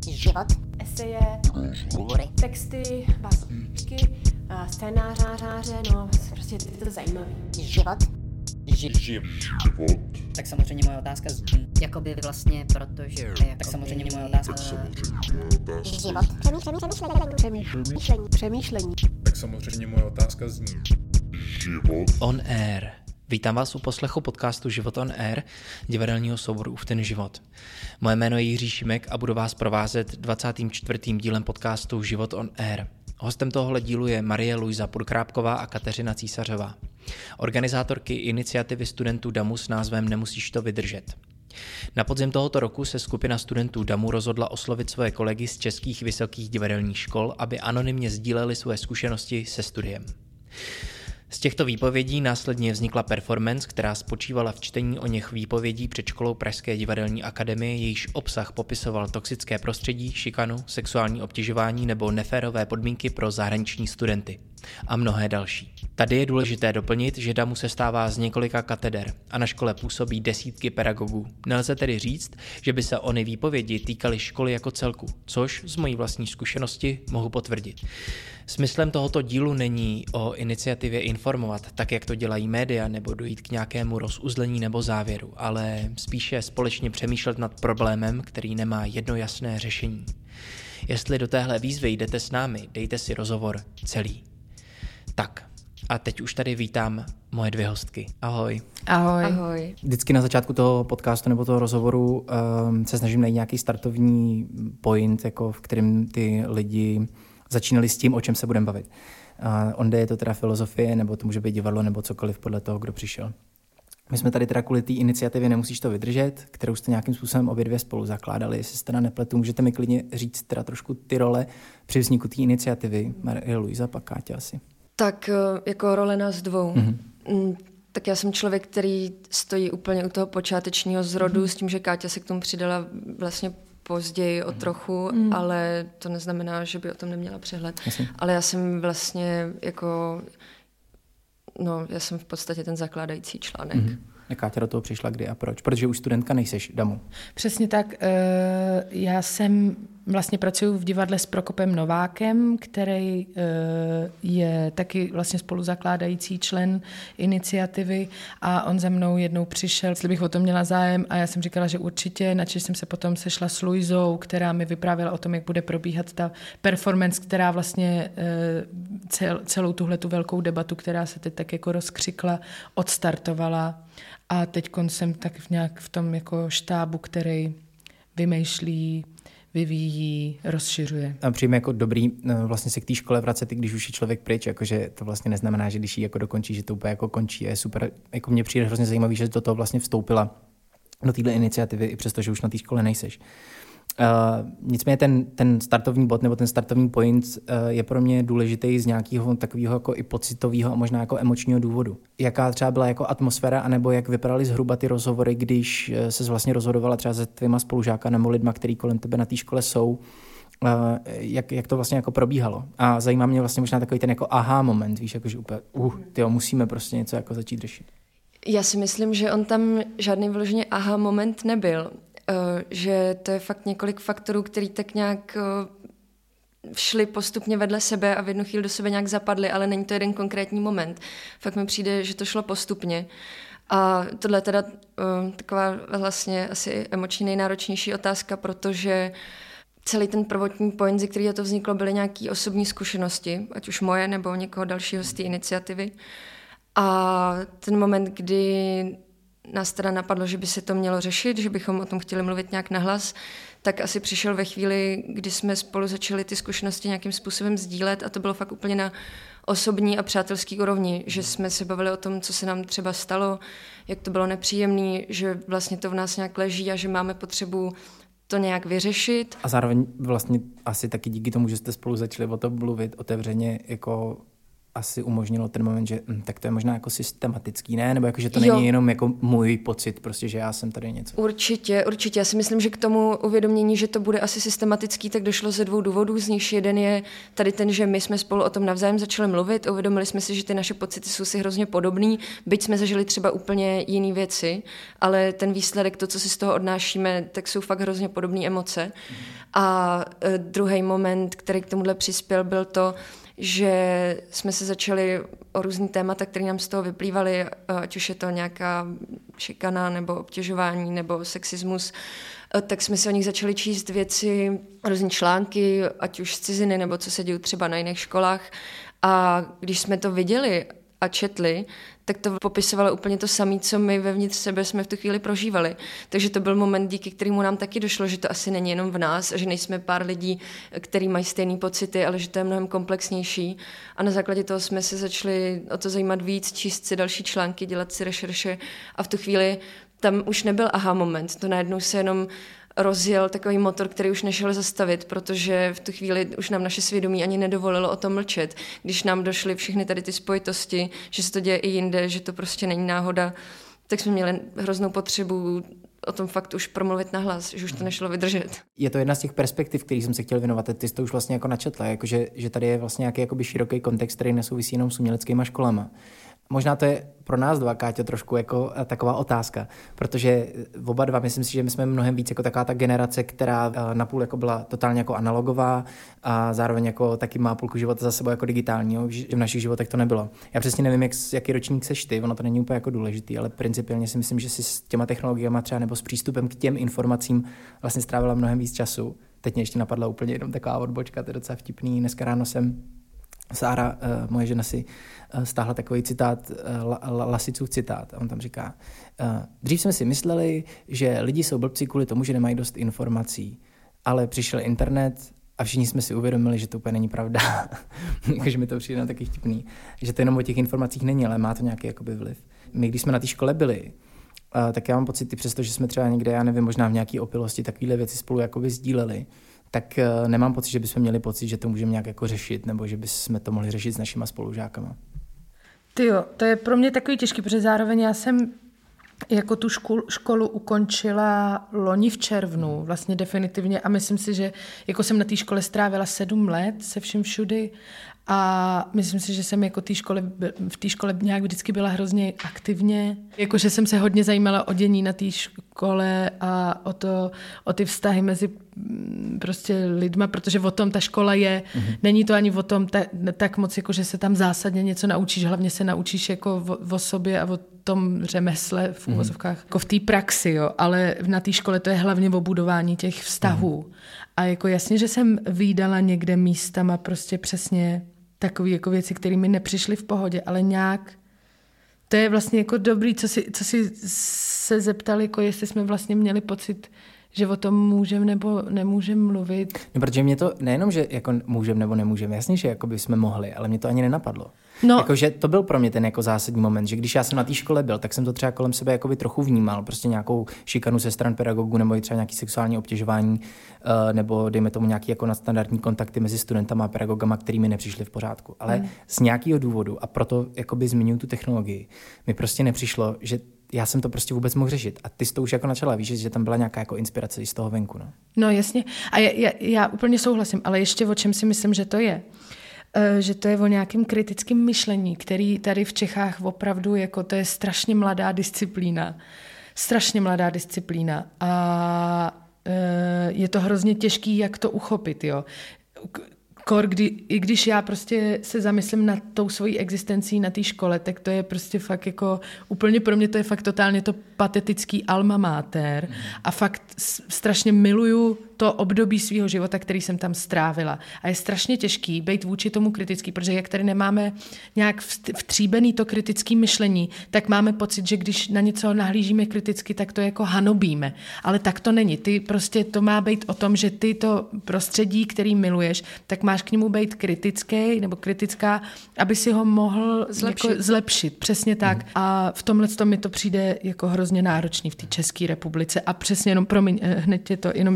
život, eseje, hovory, texty, básničky, scénáře, no prostě je to zajímavý. život, Tak samozřejmě moje otázka zní, Jakoby vlastně, protože... tak samozřejmě moje otázka život, Přemýšlení. Tak samozřejmě moje otázka zní. On Air. Vítám vás u poslechu podcastu Život on Air, divadelního souboru V ten život. Moje jméno je Jiří Šimek a budu vás provázet 24. dílem podcastu Život on Air. Hostem tohohle dílu je Marie Luisa Podkrápková a Kateřina Císařová, organizátorky iniciativy studentů DAMu s názvem Nemusíš to vydržet. Na podzim tohoto roku se skupina studentů DAMu rozhodla oslovit svoje kolegy z českých vysokých divadelních škol, aby anonymně sdíleli svoje zkušenosti se studiem. Z těchto výpovědí následně vznikla performance, která spočívala v čtení o něch výpovědí před školou Pražské divadelní akademie, jejíž obsah popisoval toxické prostředí, šikanu, sexuální obtěžování nebo neférové podmínky pro zahraniční studenty a mnohé další. Tady je důležité doplnit, že DAMu se stává z několika kateder a na škole působí desítky pedagogů. Nelze tedy říct, že by se ony výpovědi týkaly školy jako celku, což z mojí vlastní zkušenosti mohu potvrdit. Smyslem tohoto dílu není o iniciativě informovat, tak jak to dělají média, nebo dojít k nějakému rozuzlení nebo závěru, ale spíše společně přemýšlet nad problémem, který nemá jedno jasné řešení. Jestli do téhle výzvy jdete s námi, dejte si rozhovor celý. Tak, a teď už tady vítám moje dvě hostky. Ahoj. Ahoj. Ahoj. Vždycky na začátku toho podcastu nebo toho rozhovoru se snažím najít nějaký startovní point, jako v kterém ty lidi začínali s tím, o čem se budeme bavit. Onde je to teda filozofie, nebo to může být divadlo, nebo cokoliv podle toho, kdo přišel. My jsme tady teda kvůli té iniciativě Nemusíš to vydržet, kterou jste nějakým způsobem obě dvě spolu zakládali. Jestli se teda nepletu, můžete mi klidně říct teda trošku ty role při vzniku té iniciativy. Marie Luisa, pak Káťa asi. Tak jako role nás dvou. Tak já jsem člověk, který stojí úplně u toho počátečního zrodu s tím, že Káťa se k tomu přidala vlastně později o trochu, ale to neznamená, že by o tom neměla přehled. Jasně. Ale já jsem vlastně jako, já jsem v podstatě ten zakládající článek. Káťa do toho přišla kdy a proč? Protože už studentka nejseš DAMu. Přesně tak. Já jsem vlastně pracuji v divadle s Prokopem Novákem, který je taky vlastně spoluzakládající člen iniciativy a on za mnou jednou přišel, jestli bych o tom měla zájem a já jsem říkala, že určitě, načež jsem se potom sešla s Luizou, která mi vyprávěla o tom, jak bude probíhat ta performance, která vlastně celou tuhletu velkou debatu, která se teď tak jako rozkřikla, odstartovala. A teď jsem tak nějak v tom jako štábu, který vymýšlí, vyvíjí, rozšiřuje. A přijme jako dobrý vlastně se k té škole vracet, i když už je člověk pryč, jakože to vlastně neznamená, že když ji jako dokončí, že to úplně jako končí. A je super, jako mně přijde hrozně zajímavý, že do toho vlastně vstoupila do téhle iniciativy, i přesto, že už na té škole nejseš. Nicméně ten startovní bod nebo ten startovní point je pro mě důležitý z nějakého takového jako i pocitového a možná jako emočního důvodu. Jaká třeba byla jako atmosféra, anebo jak vypadaly zhruba ty rozhovory, když se vlastně rozhodovala třeba se tvýma spolužáka nebo lidma, který kolem tebe na té škole jsou, jak to vlastně jako probíhalo. A zajímá mě vlastně možná takový ten jako aha moment, víš, jakože úplně musíme prostě něco jako začít řešit. Já si myslím, že on tam žádný vyloženě aha moment nebyl. Že to je fakt několik faktorů, který tak nějak šli postupně vedle sebe a v jednu chvíli do sebe nějak zapadly, ale není to jeden konkrétní moment. Fakt mi přijde, že to šlo postupně. A tohle je teda taková vlastně asi emočně nejnáročnější otázka, protože celý ten prvotní point, ze kterého to vzniklo, byly nějaké osobní zkušenosti, ať už moje nebo někoho dalšího z té iniciativy. A ten moment, kdy nás teda napadlo, že by se to mělo řešit, že bychom o tom chtěli mluvit nějak nahlas, tak asi přišel ve chvíli, kdy jsme spolu začali ty zkušenosti nějakým způsobem sdílet a to bylo fakt úplně na osobní a přátelský úrovni, že jsme se bavili o tom, co se nám třeba stalo, jak to bylo nepříjemné, že vlastně to v nás nějak leží a že máme potřebu to nějak vyřešit. A zároveň vlastně asi taky díky tomu, že jste spolu začali o tom mluvit otevřeně jako asi umožnilo ten moment, že tak to je možná jako systematický, ne? Nebo jako, že to není jenom jako můj pocit, prostě, že já jsem tady něco. Určitě. Já si myslím, že k tomu uvědomění, že to bude asi systematický, tak došlo ze 2 důvodů. Z nich jeden je tady ten, že my jsme spolu o tom navzájem začali mluvit, uvědomili jsme si, že ty naše pocity jsou si hrozně podobný, byť jsme zažili třeba úplně jiné věci, ale ten výsledek, to, co si z toho odnášíme, tak jsou fakt hrozně podobné emoce. A druhý moment, který k tomuhle přispěl, byl to, že jsme se začali o různý témata, které nám z toho vyplývaly, ať už je to nějaká šikana nebo obtěžování nebo sexismus, tak jsme si o nich začali číst věci, různý články, ať už z ciziny nebo co se dějí třeba na jiných školách. A když jsme to viděli a četli, tak to popisovalo úplně to samé, co my vevnitř sebe jsme v tu chvíli prožívali. Takže to byl moment, díky kterému nám taky došlo, že to asi není jenom v nás, že nejsme pár lidí, kteří mají stejné pocity, ale že to je mnohem komplexnější. A na základě toho jsme se začali o to zajímat víc, číst si další články, dělat si rešerše a v tu chvíli tam už nebyl aha moment, to najednou se jenom rozjel takový motor, který už nešel zastavit, protože v tu chvíli už nám naše svědomí ani nedovolilo o tom mlčet. Když nám došly všechny tady ty spojitosti, že se to děje i jinde, že to prostě není náhoda, tak jsme měli hroznou potřebu o tom fakt už promluvit nahlas, že už to nešlo vydržet. Je to jedna z těch perspektiv, který jsem se chtěl věnovat. Ty jsi to už vlastně jako načetla, jakože, že tady je vlastně nějaký jakoby široký kontext, který nesouvisí jenom s uměleckýma školama. Možná to je pro nás dva, Káťo, trošku jako taková otázka, protože oba dva, myslím si, že my jsme mnohem víc jako taková ta generace, která napůl jako byla totálně jako analogová a zároveň jako taky má půlku života za sebou jako digitálního, že v našich životech to nebylo. Já přesně nevím, jaký ročník seš ty, ono to není úplně jako důležitý, ale principiálně si myslím, že si s těma technologiemi třeba nebo s přístupem k těm informacím vlastně strávila mnohem víc času. Teď mě ještě napadla úplně jenom taková odbočka, to je docela vtipný. Dneska ráno Sára, moje žena, si stáhla takový citát, Lasicův citát, a on tam říká: dřív jsme si mysleli, že lidi jsou blbci kvůli tomu, že nemají dost informací, ale přišel internet a všichni jsme si uvědomili, že to úplně není pravda. Takže mi to přijde taky vtipný, že to jenom o těch informacích není, ale má to nějaký jakoby vliv. My, když jsme na té škole byli, tak já mám pocit, přesto, že jsme třeba někde, já nevím, možná v nějaké opilosti takovéhle věci spolu jakoby sdíleli, tak nemám pocit, že bychom měli pocit, že to můžeme nějak jako řešit, nebo že bychom to mohli řešit s našima spolužákama. Tyjo, to je pro mě takový těžký, protože zároveň já jsem jako tu školu ukončila loni v červnu, vlastně definitivně, a myslím si, že jako jsem na té škole strávila 7 let se vším všudy a myslím si, že jsem jako v té škole nějak vždycky byla hrozně aktivně. Jakože jsem se hodně zajímala o dění na té škole a o ty vztahy mezi prostě lidma, protože o tom ta škola je. Není to ani o tom tak moc, jako že se tam zásadně něco naučíš, hlavně se naučíš jako o sobě a o tom řemesle v úvozovkách, jako v té praxi, jo, ale na té škole to je hlavně o budování těch vztahů. A jako jasně, že jsem vídala někde místama prostě přesně takové jako věci, které mi nepřišly v pohodě, ale nějak to je vlastně jako dobrý, co si se zeptali, jako jestli jsme vlastně měli pocit, že o tom můžeme nebo nemůžeme mluvit. No, protože mě to nejenom, že jako můžeme nebo nemůžeme, jasně, že jako by jsme mohli, ale mě to ani nenapadlo. No. Jakože to byl pro mě ten jako zásadní moment, že když já jsem na té škole byl, tak jsem to třeba kolem sebe jakoby trochu vnímal, prostě nějakou šikanu ze stran pedagogů nebo i třeba nějaký sexuální obtěžování nebo dejme tomu nějaký jako nadstandardní kontakty mezi studentama a pedagogama, který mi nepřišly v pořádku. Ale z nějakého důvodu, a proto jakoby zmiňuji tu technologii, mi prostě nepřišlo, že já jsem to prostě vůbec mohl řešit. A ty jsi to už jako načala, víš, že tam byla nějaká jako inspirace z toho venku. No jasně. A já úplně souhlasím, ale ještě o čem si myslím, že to je. Že to je o nějakém kritickém myšlení, který tady v Čechách opravdu, jako to je strašně mladá disciplína. Strašně mladá disciplína. A je to hrozně těžký, jak to uchopit, jo. I když já prostě se zamyslím nad tou svojí existencí na té škole, tak to je prostě fakt jako, úplně pro mě to je fakt totálně to patetický alma mater a fakt strašně miluju to období svého života, který jsem tam strávila. A je strašně těžký být vůči tomu kritický, protože jak tady nemáme nějak vtříbený to kritické myšlení, tak máme pocit, že když na něco nahlížíme kriticky, tak to jako hanobíme. Ale tak to není. Ty prostě to má být o tom, že ty to prostředí, který miluješ, tak máš k němu být kritický nebo kritická, aby si ho mohl zlepšit. Přesně tak. A v tomhle mi to přijde jako hrozně náročný v té České republice. A přesně jenom, promiň, hned je to, jenom, že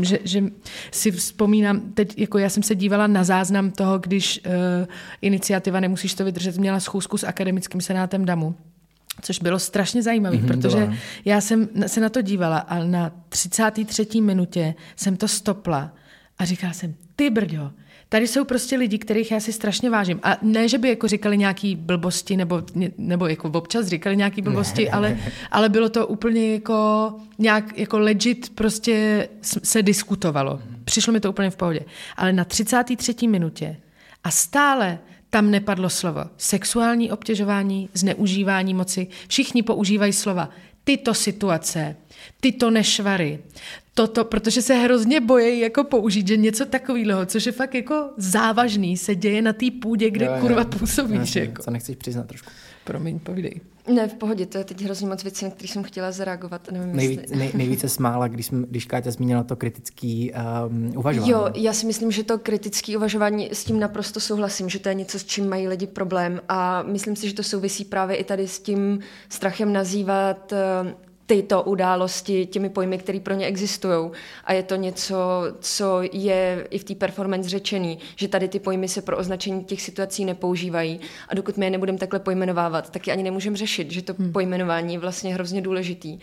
si vzpomínám, teď jako já jsem se dívala na záznam toho, když iniciativa Nemusíš to vydržet měla schůzku s akademickým senátem DAMu, což bylo strašně zajímavé, protože já jsem se na to dívala a na 33. minutě jsem to stopla a říkala jsem, ty brďo, tady jsou prostě lidi, kterých já si strašně vážím. A ne, že by jako říkali nějaký blbosti, nebo jako občas říkali nějaký blbosti, ale bylo to úplně jako nějak jako legit prostě se diskutovalo. Přišlo mi to úplně v pohodě. Ale na 33. minutě a stále tam nepadlo slovo sexuální obtěžování, zneužívání moci. Všichni používají slova tyto situace, tyto nešvary, toto, protože se hrozně bojí jako použít, že něco takového, což je fakt jako závažný, se děje na té půdě, kde kurva působíš. Jako. Co nechceš přiznat trošku? Promiň, povídej. Ne, v pohodě, to je teď hrozně moc věcí, na které jsem chtěla zareagovat. Nevím, Nejvíce smála, když Káťa zmínila to kritický uvažování. Jo, já si myslím, že to kritické uvažování, s tím naprosto souhlasím, že to je něco, s čím mají lidi problém a myslím si, že to souvisí právě i tady s tím strachem nazývat tyto události těmi pojmy, které pro ně existují. A je to něco, co je i v té performance řečený, že tady ty pojmy se pro označení těch situací nepoužívají. A dokud my je nebudeme takhle pojmenovávat, tak je ani nemůžeme řešit, že to pojmenování je vlastně hrozně důležitý.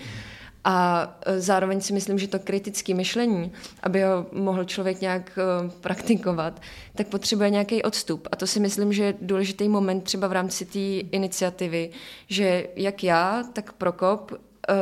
A zároveň si myslím, že to kritické myšlení, aby ho mohl člověk nějak praktikovat, tak potřebuje nějaký odstup. A to si myslím, že je důležitý moment třeba v rámci té iniciativy, že jak já, tak Prokop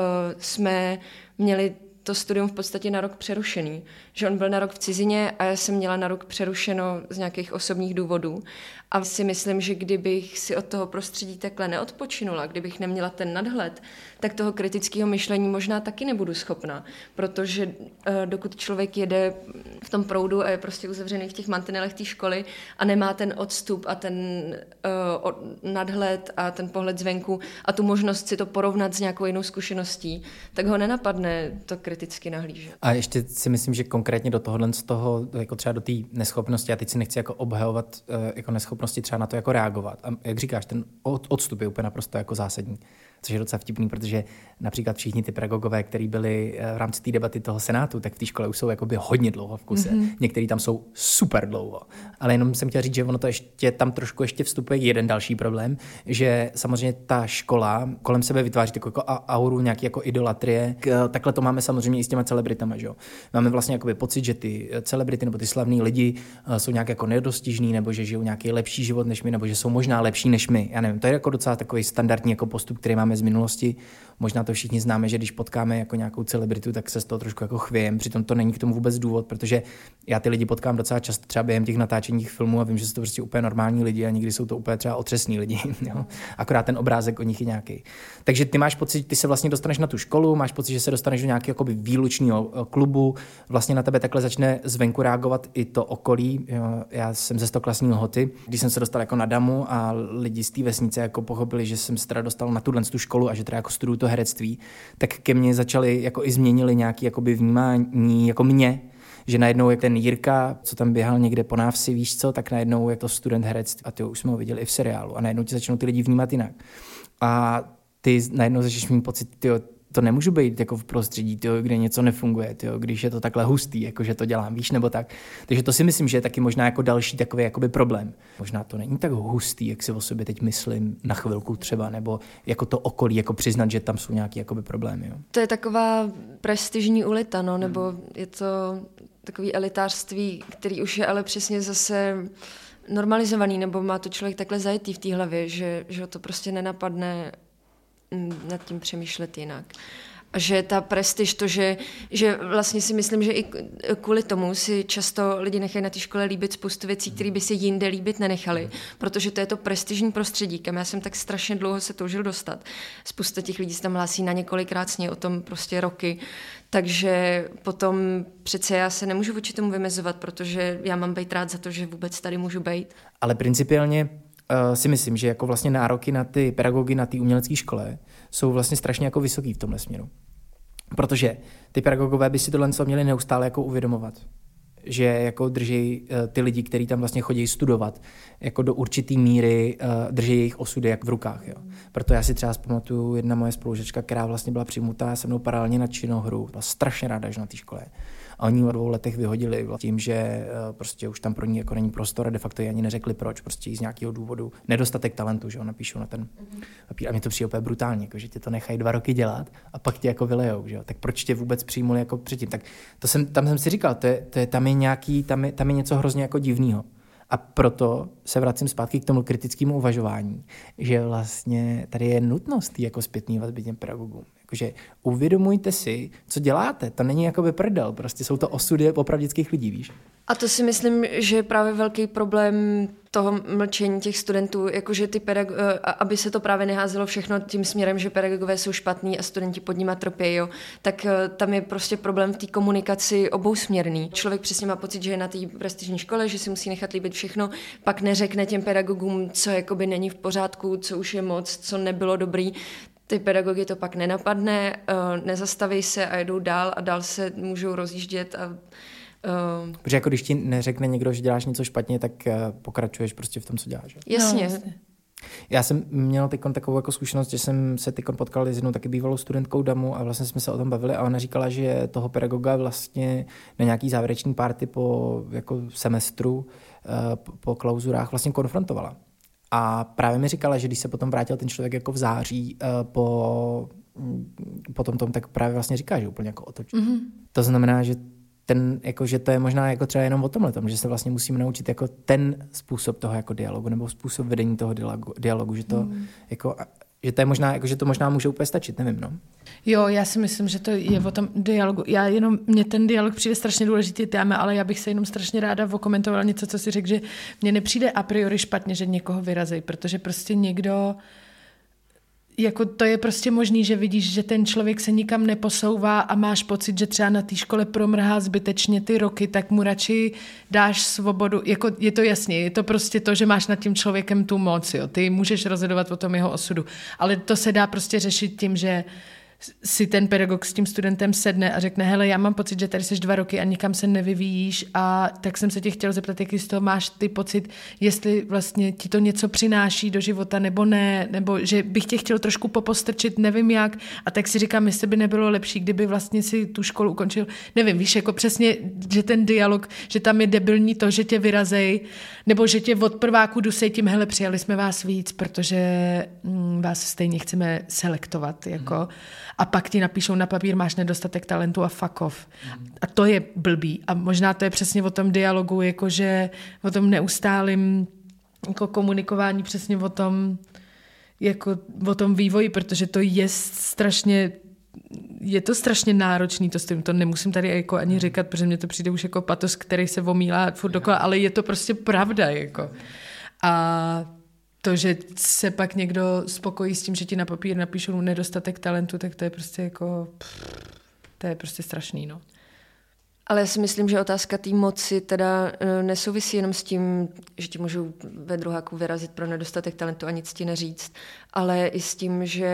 jsme měli to studium v podstatě na rok přerušený. Že on byl na rok v cizině a já jsem měla na rok přerušeno z nějakých osobních důvodů. A si myslím, že kdybych si od toho prostředí takhle neodpočinula, kdybych neměla ten nadhled, tak toho kritického myšlení možná taky nebudu schopna. Protože dokud člověk jede v tom proudu a je prostě uzavřený v těch mantinelech té školy a nemá ten odstup a ten nadhled a ten pohled zvenku a tu možnost si to porovnat s nějakou jinou zkušeností, tak ho nenapadne to kriticky nahlížet. A ještě si myslím, že konkrétně do tohohle z toho, jako třeba do té neschopnosti, já teď si nechci jako obhajovat jako neschopnosti třeba na to jako reagovat. A jak říkáš, ten odstup je úplně naprosto jako zásadní. Což je docela vtipný, protože například všichni ty pedagogové, kteří byli v rámci té debaty toho senátu, tak v té škole už jsou jakoby hodně dlouho v kuse. Někteří tam jsou super dlouho. Ale jenom jsem chtěl říct, že ono to ještě tam trošku ještě vstupuje jeden další problém, že samozřejmě ta škola kolem sebe vytváří takovou jako auru, nějaký jako idolatrie. Takhle to máme samozřejmě i s těma celebritama, že jo. Máme vlastně jakoby pocit, že ty celebrity nebo ty slavní lidi jsou nějak jako nedostižní, nebo že žijou nějaký lepší život než my, nebo že jsou možná lepší než my. Já nevím, to je jako docela takový standardní jako postup, který máme z minulosti. Možná to všichni známe, že když potkáme jako nějakou celebritu, tak se z toho trošku jako chvějem. Přitom to není k tomu vůbec důvod, protože já ty lidi potkám docela často třeba během těch natáčení filmů a vím, že jsou to prostě úplně normální lidi a někdy jsou to úplně třeba otřesní lidi. Jo? Akorát ten obrázek o nich je nějaký. Takže ty máš pocit, ty se vlastně dostaneš na tu školu, máš pocit, že se dostaneš do nějakého jakoby výlučného klubu, vlastně na tebe takhle začne zvenku reagovat i to okolí. Jo? Já jsem ze stoklasní Lhoty, když jsem se dostal jako na Damu a lidi z té vesnice jako pochopili, že jsem se teda dostal na tu školu a že teda jako studuju to herectví, tak ke mně začali jako i změnili nějaký jakoby vnímání jako mě, že najednou jak ten Jirka, co tam běhal někde po návsi, víš co, tak najednou je to student herectví a ty už jsme ho viděli i v seriálu a najednou ti začnou ty lidi vnímat jinak. A ty najednou začneš mít pocit, tyjo, to nemůžu být jako v prostředí, tyjo, kde něco nefunguje, tyjo, když je to takhle hustý, jako že to dělám, víš, nebo tak. Takže to si myslím, že je taky možná jako další takový jakoby problém. Možná to není tak hustý, jak si o sobě teď myslím na chvilku třeba, nebo jako to okolí, jako přiznat, že tam jsou nějaké jakoby problémy. Jo. To je taková prestižní ulita, no, nebo je to takový elitářství, který už je ale přesně zase normalizovaný, nebo má to člověk takhle zajetý v té hlavě, že ho to prostě nenapadne nad tím přemýšlet jinak. A že ta prestiž, to, že vlastně si myslím, že i kvůli tomu si často lidi nechají na té škole líbit spoustu věcí, které by si jinde líbit nenechali, protože to je to prestižní prostředí, kam já jsem tak strašně dlouho se toužil dostat. Spousta těch lidí se tam hlásí na několikrát, sní o tom prostě roky, takže potom přece já se nemůžu vůči tomu vymezovat, protože já mám být rád za to, že vůbec tady můžu být. Ale principiálně si myslím, že jako vlastně nároky na ty pedagogy na té umělecké škole jsou vlastně strašně jako vysoký v tomhle směru. Protože ty pedagogové by si tohle měli neustále jako uvědomovat. Že jako drží ty lidi, kteří tam vlastně chodí studovat, jako do určitý míry drží jejich osudy jak v rukách. Jo. Proto já si třeba vzpamatuju jedna moje spolužačka, která vlastně byla přijmutá se mnou paralelně na činohru. Byla strašně ráda, že na té škole. a oni o 2 letech vyhodili tím, že prostě už tam pro ní jako není prostor a de facto jí ani neřekli proč, prostě z nějakého důvodu nedostatek talentu, že jo, napíšou na ten papír a mě to přijde úplně brutálně, jako, že tě to nechají 2 roky dělat a pak tě jako vylejou, že jo, tak proč tě vůbec přijmuli jako předtím, tak tam jsem si říkal, tam je něco hrozně jako divného. A proto se vracím zpátky k tomu kritickému uvažování, že vlastně tady je nutnost jako zpětný vazby těm pedagogům. Jakože uvědomujte si, co děláte. To není jakoby prdel, prostě jsou to osudy opravdických lidí, víš. A to si myslím, že je právě velký problém toho mlčení těch studentů, jakože aby se to právě neházelo všechno tím směrem, že pedagogové jsou špatní a studenti pod nima trpějí, jo, tak tam je prostě problém v té komunikaci obousměrný. Člověk přesně má pocit, že je na té prestižní škole, že si musí nechat líbit všechno, pak neřekne těm pedagogům, co jakoby není v pořádku, co už je moc, co nebylo dobrý. Ty pedagogy to pak nenapadne, nezastaví se a jedou dál a dál se můžou rozjíždět a protože jako když ti neřekne někdo, že děláš něco špatně, tak pokračuješ prostě v tom, co děláš. Jasně. No, jasně. Já jsem měl takovou jako zkušenost, že jsem se potkal s jednou taky bývalou studentkou Damu a vlastně jsme se o tom bavili a ona říkala, že toho pedagoga vlastně na nějaký závěrečný party po jako semestru, po klauzurách vlastně konfrontovala. A právě mi říkala, že když se potom vrátil ten člověk jako v září po tom, tak právě vlastně říká, že úplně jako otočí. Mm-hmm. To znamená, že že to je možná jako třeba jenom o tomhle, že se vlastně musíme naučit jako ten způsob toho jako dialogu nebo způsob vedení toho dialogu, že to že to je možná, jako, že to možná může úplně stačit, nevím, no. Jo, já si myslím, že to je o tom dialogu. Mně ten dialog přijde strašně důležitý téma, ale já bych se jenom strašně ráda okomentovala něco, co si řekl, že mně nepřijde a priori špatně, že někoho vyrazí, protože prostě někdo jako to je prostě možný, že vidíš, že ten člověk se nikam neposouvá a máš pocit, že třeba na té škole promrhá zbytečně ty roky, tak mu radši dáš svobodu. Jako je to jasně, je to prostě to, že máš nad tím člověkem tu moc. Jo. Ty můžeš rozhodovat o tom jeho osudu. Ale to se dá prostě řešit tím, že si ten pedagog s tím studentem sedne a řekne, hele, já mám pocit, že tady jsi 2 roky a nikam se nevyvíjíš a tak jsem se tě chtěl zeptat, jaký z toho máš ty pocit, jestli vlastně ti to něco přináší do života nebo ne, nebo že bych tě chtěl trošku popostrčit, nevím jak, a tak si říkám, jestli by nebylo lepší, kdyby vlastně si tu školu ukončil, nevím, víš, jako přesně, že ten dialog, že tam je debilní to, že tě vyrazej, nebo že tě od prváku dusej tím, hele, přijali jsme vás víc, protože vás stejně chceme selektovat, jako. A pak ti napíšou na papír, máš nedostatek talentu a fuck off. A to je blbý. A možná to je přesně o tom dialogu, jakože o tom neustálým jako komunikování, přesně o tom, jako o tom vývoji, protože to je to strašně náročný, to nemusím tady jako ani říkat, protože mně to přijde už jako patos, který se omílá furt dokola, ale je to prostě pravda. Jako. A to, že se pak někdo spokojí s tím, že ti na papír napíšou nedostatek talentu, tak to je prostě jako, to je prostě strašný, no. Ale já si myslím, že otázka té moci teda nesouvisí jenom s tím, že ti můžou ve druháku vyrazit pro nedostatek talentu a nic ti neříct, ale i s tím, že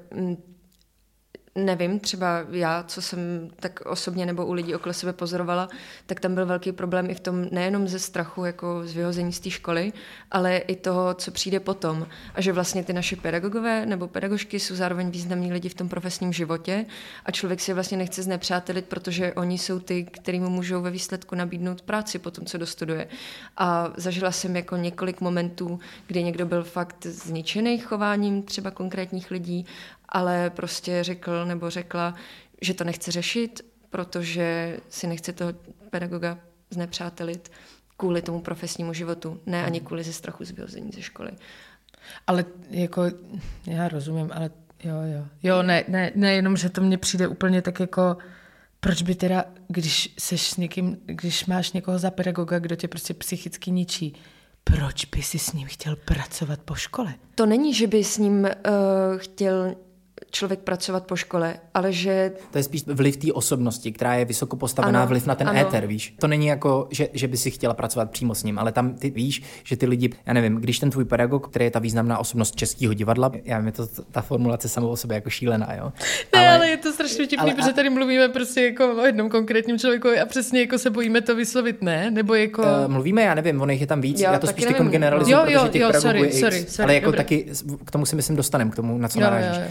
nevím, třeba já, co jsem tak osobně nebo u lidí okolo sebe pozorovala, tak tam byl velký problém i v tom nejenom ze strachu, jako z vyhození z té školy, ale i toho, co přijde potom. A že vlastně ty naše pedagogové nebo pedagožky jsou zároveň významní lidi v tom profesním životě a člověk si vlastně nechce znepřátelit, protože oni jsou ty, kterým můžou ve výsledku nabídnout práci po tom, co dostuduje. A zažila jsem jako několik momentů, kdy někdo byl fakt zničený chováním třeba konkrétních lidí, ale prostě řekl nebo řekla, že to nechce řešit, protože si nechce toho pedagoga znepřátelit kvůli tomu profesnímu životu, ne ani kvůli ze strachu z vyhození ze školy. Ale jako, já rozumím, ale jo, ne, jenom, že to mně přijde úplně tak jako, proč by teda, když máš někoho za pedagoga, kdo tě prostě psychicky ničí, proč by si s ním chtěl pracovat po škole? To není, že by s ním chtěl člověk pracovat po škole, ale že... To je spíš vliv té osobnosti, která je vysoko postavená, vliv na ten éter, víš. To není jako, že by si chtěla pracovat přímo s ním, ale tam ty víš, že ty lidi, já nevím, když ten tvůj pedagog, který je ta významná osobnost Českého divadla, já vím, je to ta formulace samou o sobě jako šílená, jo. Ne, ale je to strašně vtipný, protože tady mluvíme prostě jako o jednom konkrétním člověku a přesně jako se bojíme to vyslovit, ne? Nebo jako... Mluvíme, já nevím, on jich je tam víc, já to spíš nevím. generalizuju, protože těch pedagogů je sorry, ale jako dobré. taky k tomu si myslím dostaneme, k tomu, na co narážíš. Ale já o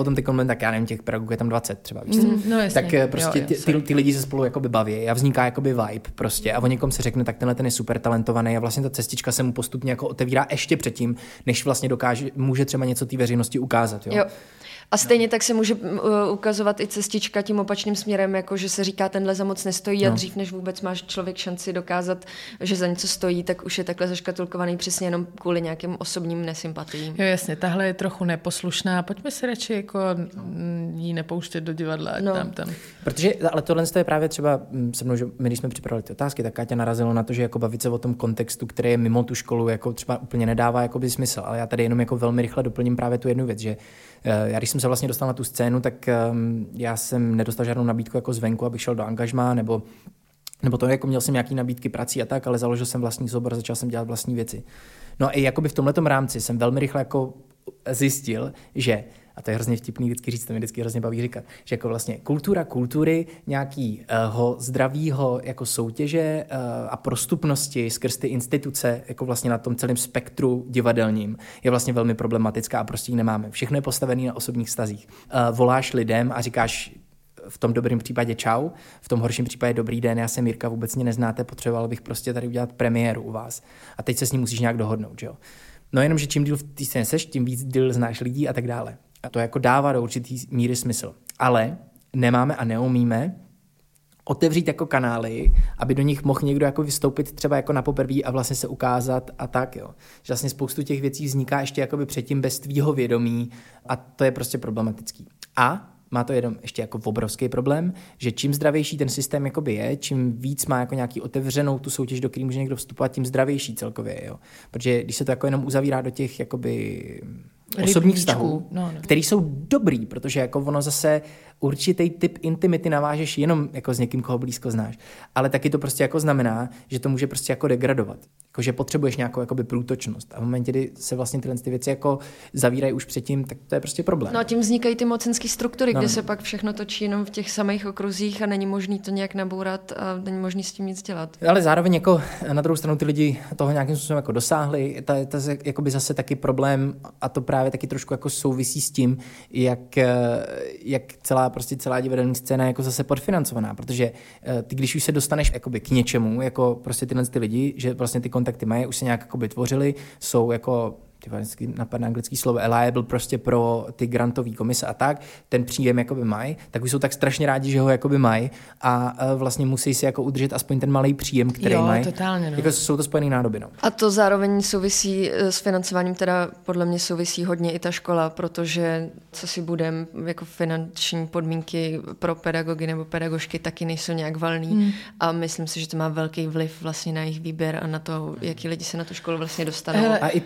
potom ty komenty, tak já nevím, těch pedagogů je tam 20 třeba, víš co? No jasně. Tak prostě ty lidi se spolu jakoby baví a vzniká jakoby vibe prostě a o někom se řekne, tak tenhle ten je super talentovaný a vlastně ta cestička se mu postupně jako otevírá ještě předtím, než vlastně může třeba něco té veřejnosti ukázat, jo. A stejně tak se může ukazovat i cestička tím opačným směrem, jako že se říká, tenhle za moc nestojí a dřív, než vůbec máš člověk šanci dokázat, že za něco stojí, tak už je takhle zaškatulkovaný přesně jenom kvůli nějakým osobním nesympatiím. Jo, jasně, tahle je trochu neposlušná, pojďme se radši jako jí nepouštět do divadla, tam. Protože, ale tohle je právě třeba se mnou, že my, když jsme připravili ty otázky, tak Káťa narazilo na to, že jako bavit se o tom kontextu, který je mimo tu školu, jako třeba úplně nedává jakoby smysl, ale já tady jenom jako velmi rychle doplním právě tu jednu věc, že já když jsem se vlastně dostal na tu scénu, tak já jsem nedostal žádnou nabídku jako zvenku, abych šel do angažmá, nebo to jako měl jsem nějaký nabídky prací a tak, ale založil jsem vlastní soubor a začal jsem dělat vlastní věci. No a i jakoby v tomhletom rámci jsem velmi rychle jako zjistil, že, a to je hrozně vtipný vždycky říct, to mě vždycky hrozně baví říkat, že jako vlastně kultury nějakýho zdravýho jako soutěže a prostupnosti skrz ty instituce jako vlastně na tom celém spektru divadelním je vlastně velmi problematická a prostě ji nemáme. Všechno je postavené na osobních vztazích. Voláš lidem a říkáš v tom dobrém případě čau, v tom horším případě dobrý den, já jsem Jirka, vůbec mě neznáte, potřeboval bych prostě tady udělat premiéru u vás. A teď se s ním musíš nějak dohodnout, že jo. No jenom, že čím díl v té scéně seš, tím víc díl znáš lidí a tak dále. A to jako dává do určitý míry smysl. Ale nemáme a neumíme otevřít jako kanály, aby do nich mohl někdo jako vystoupit třeba jako na poprvé a vlastně se ukázat a tak, jo. Že vlastně spoustu těch věcí vzniká ještě jakoby předtím bez tvýho vědomí a to je prostě problematický. A má to jenom ještě jako obrovský problém, že čím zdravější ten systém jakoby je, čím víc má jako nějaký otevřenou tu soutěž, do které může někdo vstupovat, tím zdravější celkově, jo. Protože když se to jako jenom uzavírá do těch jakoby osobních vztahů, který jsou dobrý, protože jako ono zase určitý typ intimity navážeš jenom jako s někým, koho blízko znáš. Ale taky to prostě jako znamená, že to může prostě jako degradovat. Jako, že potřebuješ nějakou jakoby průtočnost. A v momentě, kdy se vlastně tyhle ty věci jako zavírají už předtím, tak to je prostě problém. No a tím vznikají ty mocenské struktury, kde se pak všechno točí jenom v těch samých okruzích a není možný to nějak nabourat a není možný s tím nic dělat. Ale zároveň jako na druhou stranu ty lidi toho nějakým způsobem jako dosáhli. To je jakoby zase taky problém a to právě taky trošku jako souvisí s tím, jak celá divadelní scéna je jako zase podfinancovaná, protože ty, když už se dostaneš jakoby k něčemu, jako prostě tyhle ty lidi, že vlastně ty kontakty mají, už se nějak jakoby tvořili, jsou jako napadne anglický slovo reliable prostě pro ty grantové komise a tak, ten příjem jakoby mají, tak už jsou tak strašně rádi, že ho jakoby mají a vlastně musí si jako udržet aspoň ten malý příjem, který mají. Totálně, no. Jako jsou to spojený nádoby, no. A to zároveň souvisí s financováním, teda podle mě souvisí hodně i ta škola, protože co si budem, jako finanční podmínky pro pedagogy nebo pedagožky taky nejsou nějak valný a myslím si, že to má velký vliv vlastně na jejich výběr a na to, jaký lidi se na tu školu vlastně dostanou.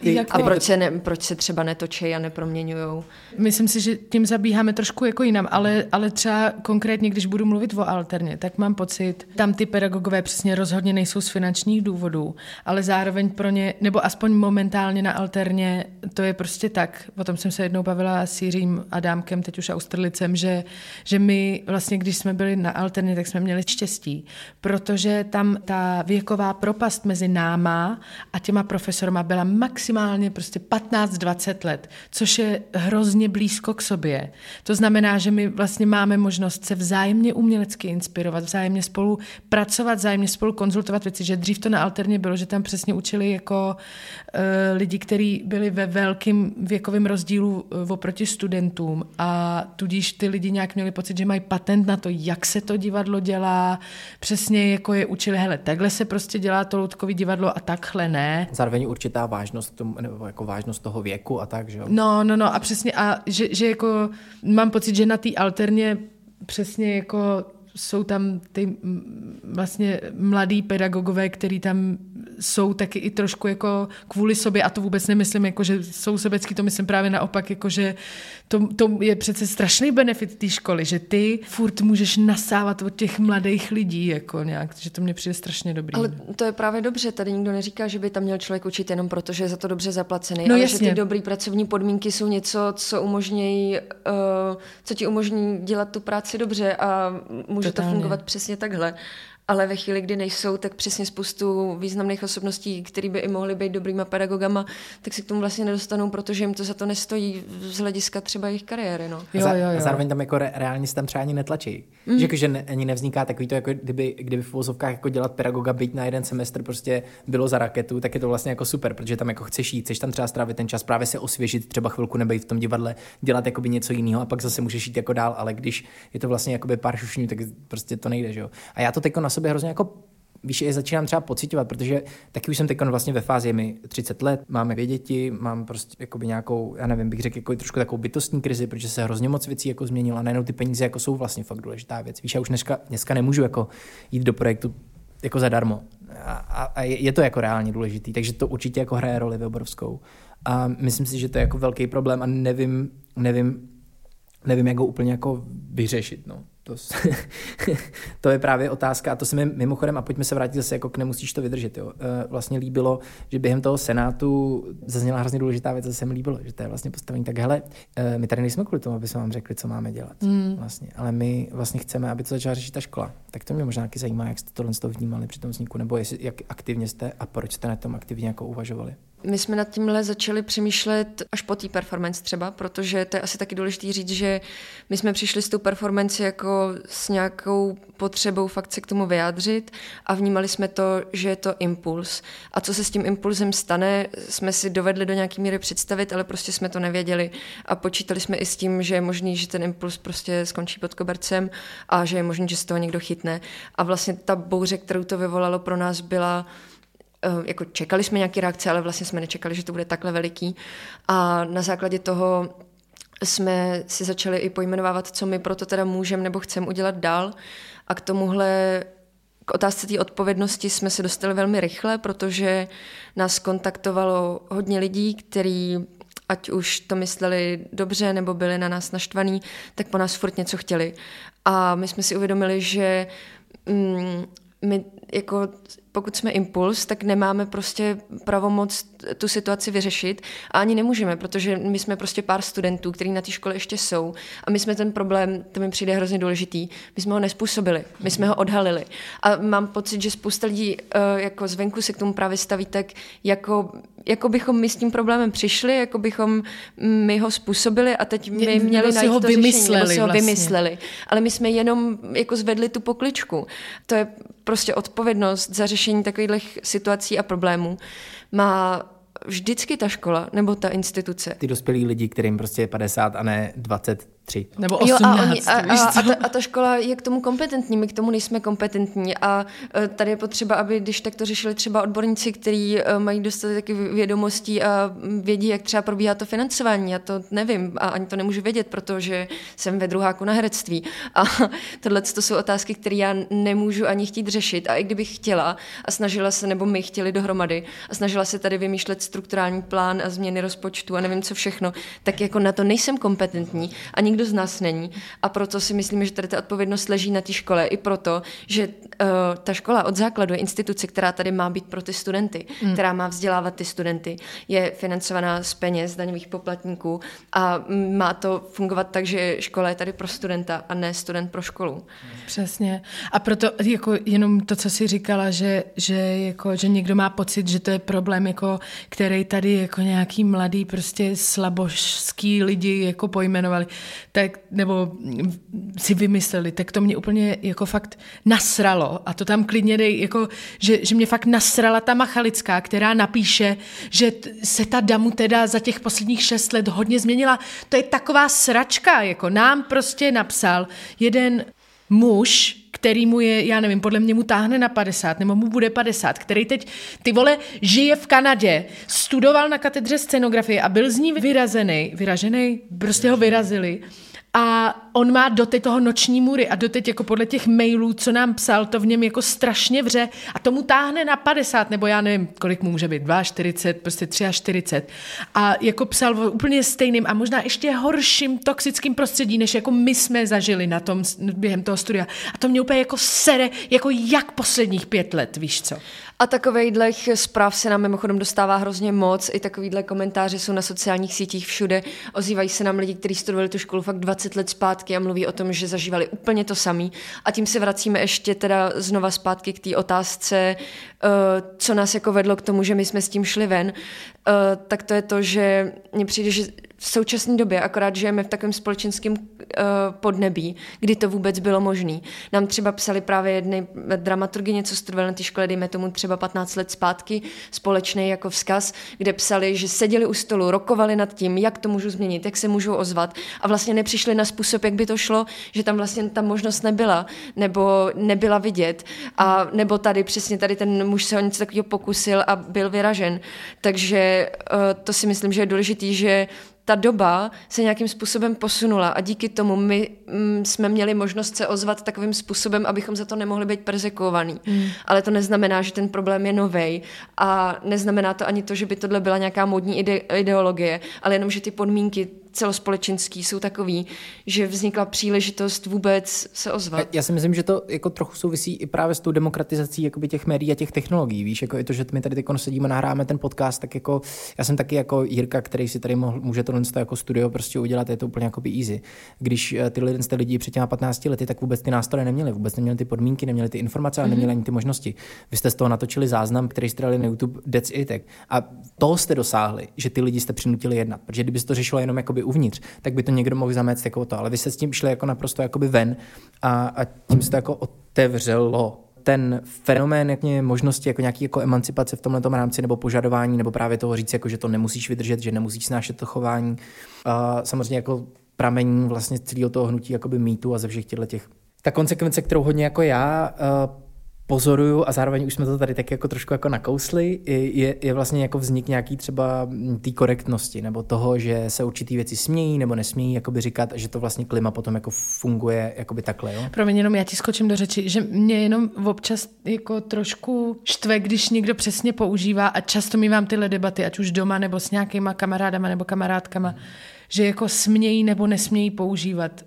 Proč se třeba netočí a neproměňujou? Myslím si, že tím zabíháme trošku jako jinam, ale třeba konkrétně, když budu mluvit o alterně, tak mám pocit, tam ty pedagogové přesně rozhodně nejsou z finančních důvodů, ale zároveň pro ně, nebo aspoň momentálně na alterně, to je prostě tak, o tom jsem se jednou bavila s Jiřím Adámkem, teď už Austrlicem, že my vlastně, když jsme byli na alterně, tak jsme měli štěstí, protože tam ta věková propast mezi náma a těma profesorama byla maximálně prostě 15-20 let, což je hrozně blízko k sobě. To znamená, že my vlastně máme možnost se vzájemně umělecky inspirovat, vzájemně spolu pracovat, vzájemně spolu konzultovat věci, že dřív to na alterně bylo, že tam přesně učili jako lidi, kteří byli ve velkém věkovém rozdílu oproti studentům a tudíž ty lidi nějak měli pocit, že mají patent na to, jak se to divadlo dělá, přesně jako je učili, hele, takhle se prostě dělá to loutkový divadlo a takhle ne. Zároveň určitá vážnost tomu, nebo jako vážnost toho věku a tak, že jo? No a přesně, a že jako mám pocit, že na té alterně přesně jako jsou tam ty vlastně mladí pedagogové, který tam jsou taky i trošku jako kvůli sobě, a to vůbec nemyslím jako, že jsou sobecký, to myslím právě naopak, jako, že to je přece strašný benefit té školy, že ty furt můžeš nasávat od těch mladých lidí, jako nějak, že to mně přijde strašně dobrý. Ale to je právě dobře, tady nikdo neříká, že by tam měl člověk učit jenom proto, že je za to dobře zaplacený, ale jasně. Že ty dobrý pracovní podmínky jsou něco, co ti umožní dělat tu práci dobře a může to fungovat přesně takhle. ale ve chvíli, kdy nejsou, tak přesně spoustu významných osobností, který by i mohly být dobrýma pedagogama, tak se k tomu vlastně nedostanou, protože jim to za to nestojí z hlediska třeba jejich kariéry. No. A zároveň tam jako reálně se tam třeba ani netlačí. Že jakože ani nevzniká takový to, jako kdyby v uvozovkách jako dělat pedagoga, být na jeden semestr prostě bylo za raketu, tak je to vlastně jako super, protože tam jako chceš jít, chceš tam třeba strávit ten čas, právě se osvěžit, třeba chvilku nebejt v tom divadle, dělat jakoby něco jiného a pak zase můžeš jít jako dál, ale když je to vlastně jakoby pár šušňů, tak prostě to nejde, že jo. A já to teď na sobě hrozně jako víš, je začínám třeba pocitovat, protože taky už jsem teď vlastně ve fázi, je mi 30 let, máme 2 děti, mám prostě jakoby nějakou, já nevím, bych řekl jako trošku takovou bytostní krizi, protože se hrozně moc věcí jako změnilo a najednou ty peníze jako jsou vlastně fakt důležitá věc. Víš, já už dneska nemůžu jako jít do projektu jako zadarmo. A je to jako reálně důležitý, takže to určitě jako hraje roli obrovskou. A myslím si, že to je jako velký problém a nevím, jak ho úplně jako vyřešit, no. To je právě otázka a to se mi mimochodem, a pojďme se vrátit zase jako k nemusíš to vydržet, jo. Vlastně líbilo, že během toho senátu zazněla hrozně důležitá věc, se mi líbilo, že to je vlastně postavení tak, hele, my tady nejsme kvůli tomu, aby jsme vám řekli, co máme dělat, vlastně, ale my vlastně chceme, aby to začala řešit ta škola. Tak to mě možná taky zajímá, jak jste tohle vnímali při tom vzniku, nebo jak aktivně jste a proč jste na tom aktivně jako uvažovali. My jsme nad tímhle začali přemýšlet až po té performance třeba, protože to je asi taky důležité říct, že my jsme přišli s tou performance jako s nějakou potřebou fakt se k tomu vyjádřit a vnímali jsme to, že je to impuls. A co se s tím impulzem stane, jsme si dovedli do nějaké míry představit, ale prostě jsme to nevěděli a počítali jsme i s tím, že je možný, že ten impuls prostě skončí pod kobercem a že je možný, že z toho někdo chytne. A vlastně ta bouře, kterou to vyvolalo pro nás, byla jako čekali jsme nějaké reakce, ale vlastně jsme nečekali, že to bude takhle veliký. A na základě toho jsme si začali i pojmenovávat, co my proto teda můžeme nebo chceme udělat dál. A k tomuhle, k otázce té odpovědnosti jsme se dostali velmi rychle, protože nás kontaktovalo hodně lidí, kteří ať už to mysleli dobře nebo byli na nás naštvaní, tak po nás furt něco chtěli. A my jsme si uvědomili, že my jako pokud jsme impuls, tak nemáme prostě pravomoc tu situaci vyřešit a ani nemůžeme, protože my jsme prostě pár studentů, kteří na té škole ještě jsou a my jsme ten problém, to mi přijde hrozně důležitý, my jsme ho nespůsobili, my jsme ho odhalili a mám pocit, že spousta lidí jako zvenku se k tomu právě staví tak, jako bychom my s tím problémem přišli, jako bychom my ho způsobili a teď my měli najít to řešení, nebo si ho vymysleli. Ale my jsme jenom jako zvedli tu pokličku. To je prostě odpovědnost za řešení takových situací a problémů. Má vždycky ta škola nebo ta instituce. Ty dospělí lidi, kterým prostě je 50 a ne 23. Nebo 18. A ta škola je k tomu kompetentní, my k tomu nejsme kompetentní a tady je potřeba, aby když tak to řešili třeba odborníci, kteří mají dostatek vědomostí a vědí, jak třeba probíhá to financování. Já to nevím a ani to nemůžu vědět, protože jsem ve druháku na herectví. A tohle to jsou otázky, které já nemůžu ani chtít řešit. A i kdybych chtěla a snažila se, nebo my chtěli dohromady a snažila se tady vymýšlet strukturální plán a změny rozpočtu a nevím co všechno, tak jako na to nejsem kompetentní a nikdo z nás není. A proto si myslím, že tady ta odpovědnost leží na té škole. I proto, že ta škola od základu je instituce, která tady má být pro ty studenty, která má vzdělávat ty studenty, je financovaná z peněz daňových poplatníků a má to fungovat tak, že škola je tady pro studenta a ne student pro školu. Přesně. A proto jako jenom to, co jsi říkala, že někdo má pocit, že to je problém, jako, který tady jako nějaký mladý prostě slabožský lidi jako pojmenovali, tak, nebo si vymysleli, tak to mě úplně jako fakt nasralo. A to tam klidně dej, jako, že mě fakt nasrala ta Machalická, která napíše, že se ta Damu teda za těch posledních 6 let hodně změnila. To je taková sračka, jako nám prostě napsal jeden muž, který mu je, já nevím, podle mě mu táhne na 50, nebo mu bude 50, který teď, ty vole, žije v Kanadě, studoval na katedře scenografie a byl z ní vyražený, prostě ho vyrazili. A on má doteď toho Noční můry a doteď jako podle těch mailů, co nám psal, to v něm jako strašně vře a tomu táhne na 50, nebo já nevím, kolik mu může být, 42, prostě 43. A jako psal úplně stejným a možná ještě horším toxickým prostředí, než jako my jsme zažili na tom, během toho studia. A to mě úplně jako sere, jako jak posledních 5 let, víš co. A takovejhlech zpráv se nám mimochodem dostává hrozně moc, i takovýhle komentáře jsou na sociálních sítích všude, ozývají se nám lidi, kteří studovali tu školu fakt 20 let zpátky a mluví o tom, že zažívali úplně to samý. A tím se vracíme ještě teda znova zpátky k té otázce, co nás jako vedlo k tomu, že my jsme s tím šli ven, tak to je to, že mně přijde, že v současné době akorát žijeme v takovém společenském podnebí, kdy to vůbec bylo možné. Nám třeba psali právě jedny dramaturgyně, co studovali na té škole, dejme tomu třeba 15 let zpátky, společný jako vzkaz, kde psali, že seděli u stolu, rokovali nad tím, jak to můžu změnit, jak se můžu ozvat a vlastně nepřišli na způsob, jak by to šlo, že tam vlastně ta možnost nebyla, nebo nebyla vidět a nebo tady přesně tady ten muž se o něco takového pokusil a byl vyražen. Takže to si myslím, že je důležitý, že ta doba se nějakým způsobem posunula a díky tomu my jsme měli možnost se ozvat takovým způsobem, abychom za to nemohli být perzekuovaný. Ale to neznamená, že ten problém je novej a neznamená to ani to, že by tohle byla nějaká módní ideologie, ale jenom, že ty podmínky celospolečenský jsou takový, že vznikla příležitost vůbec se ozvat. Já si myslím, že to jako trochu souvisí i právě s tou demokratizací jakoby těch médií a těch technologií. Víš, jako i to, že my tady sedíme a nahráme ten podcast, tak jako já jsem taky jako Jirka, který si tady může tohle jako studio prostě udělat, je to úplně jako easy. Když ty lidi před těma 15 lety, tak vůbec ty nástroje neměli, vůbec neměli ty podmínky, neměli ty informace, ale neměli ani ty možnosti. Vy jste z toho natočili záznam, který jste dali na YouTube, that's it. A toho jste dosáhli, že ty lidi jste přinutili jednat, protože kdyby se to řešilo jenom jakoby uvnitř, tak by to někdo mohl zamést jako to, ale vy se s tím šli jako naprosto jakoby ven a tím se to jako otevřelo. Ten fenomén možnosti jako nějaký jako emancipace v tomhletom rámci nebo požadování nebo právě toho říct, jako, že to nemusíš vydržet, že nemusíš snášet to chování. Samozřejmě jako pramení vlastně celého toho hnutí jakoby mýtu a ze všech těch. Ta konsekvence, kterou hodně jako já pozoruju a zároveň už jsme to tady tak jako trošku jako nakousli, je vlastně jako vznik nějaký třeba té korektnosti nebo toho, že se určitý věci smějí nebo nesmějí jakoby říkat, že to vlastně klima potom jako funguje jakoby takhle, jo? Promiň, jenom já ti skočím do řeči, že mě jenom občas jako trošku štve, když někdo přesně používá a často mívám tyhle debaty, ať už doma nebo s nějakýma kamarádama nebo kamarádkama, že jako smějí nebo nesmějí používat.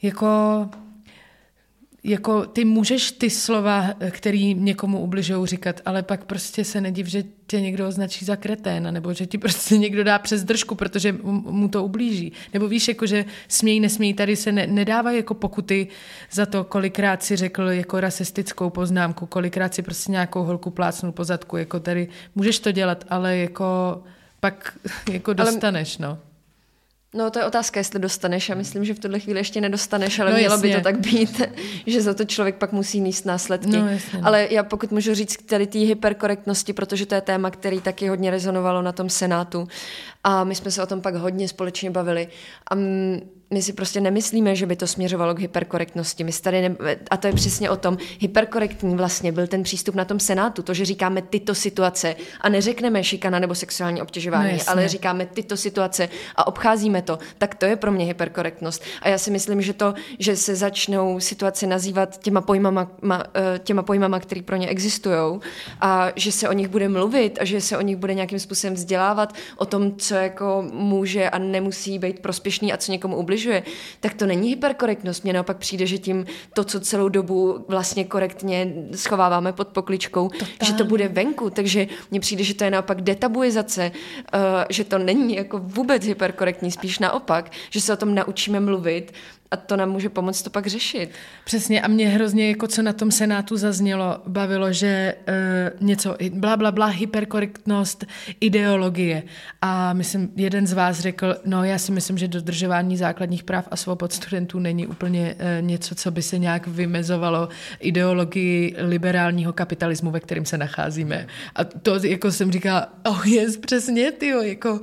Jako ty můžeš ty slova, který někomu ubližujou, říkat, ale pak prostě se nediv, že tě někdo označí za kreténa, nebo že ti prostě někdo dá přes držku, protože mu to ublíží. Nebo víš, jako, že smějí, nesmějí, tady se nedávají jako pokuty za to, kolikrát si řekl jako rasistickou poznámku, kolikrát si prostě nějakou holku plácnul po zadku, jako tady můžeš to dělat, ale jako pak jako dostaneš, no. No to je otázka, jestli dostaneš. Já myslím, že v tuhle chvíli ještě nedostaneš, ale mělo by to tak být, že za to člověk pak musí nést následky. No, jasně. Ale já pokud můžu říct k tady té hyperkorektnosti, protože to je téma, který taky hodně rezonovalo na tom Senátu a my jsme se o tom pak hodně společně bavili a my si prostě nemyslíme, že by to směřovalo k hyperkorektnosti. A to je přesně o tom. Hyperkorektní vlastně byl ten přístup na tom Senátu, to, že říkáme tyto situace a neřekneme šikana nebo sexuální obtěžování, ale říkáme tyto situace a obcházíme to, tak to je pro mě hyperkorektnost. A já si myslím, že to, že se začnou situace nazývat těma pojmama, které pro ně existují a že se o nich bude mluvit a že se o nich bude nějakým způsobem vzdělávat o tom, co jako může a nemusí být prospěšný a co někomu ubližuje, tak to není hyperkorektnost. Mně naopak přijde, že tím to, co celou dobu vlastně korektně schováváme pod pokličkou, že to bude venku, takže mně přijde, že to je naopak detabuizace, že to není jako vůbec hyperkorektní, spíš naopak, že se o tom naučíme mluvit a to nám může pomoct to pak řešit. Přesně a mě hrozně, jako co na tom Senátu zaznělo, bavilo, že něco blablabla, hyperkorektnost, ideologie. A myslím, jeden z vás řekl, no já si myslím, že dodržování základních práv a svobod studentů není úplně něco, co by se nějak vymezovalo ideologii liberálního kapitalismu, ve kterém se nacházíme. A to jako jsem říkala, přesně, tyjo, jako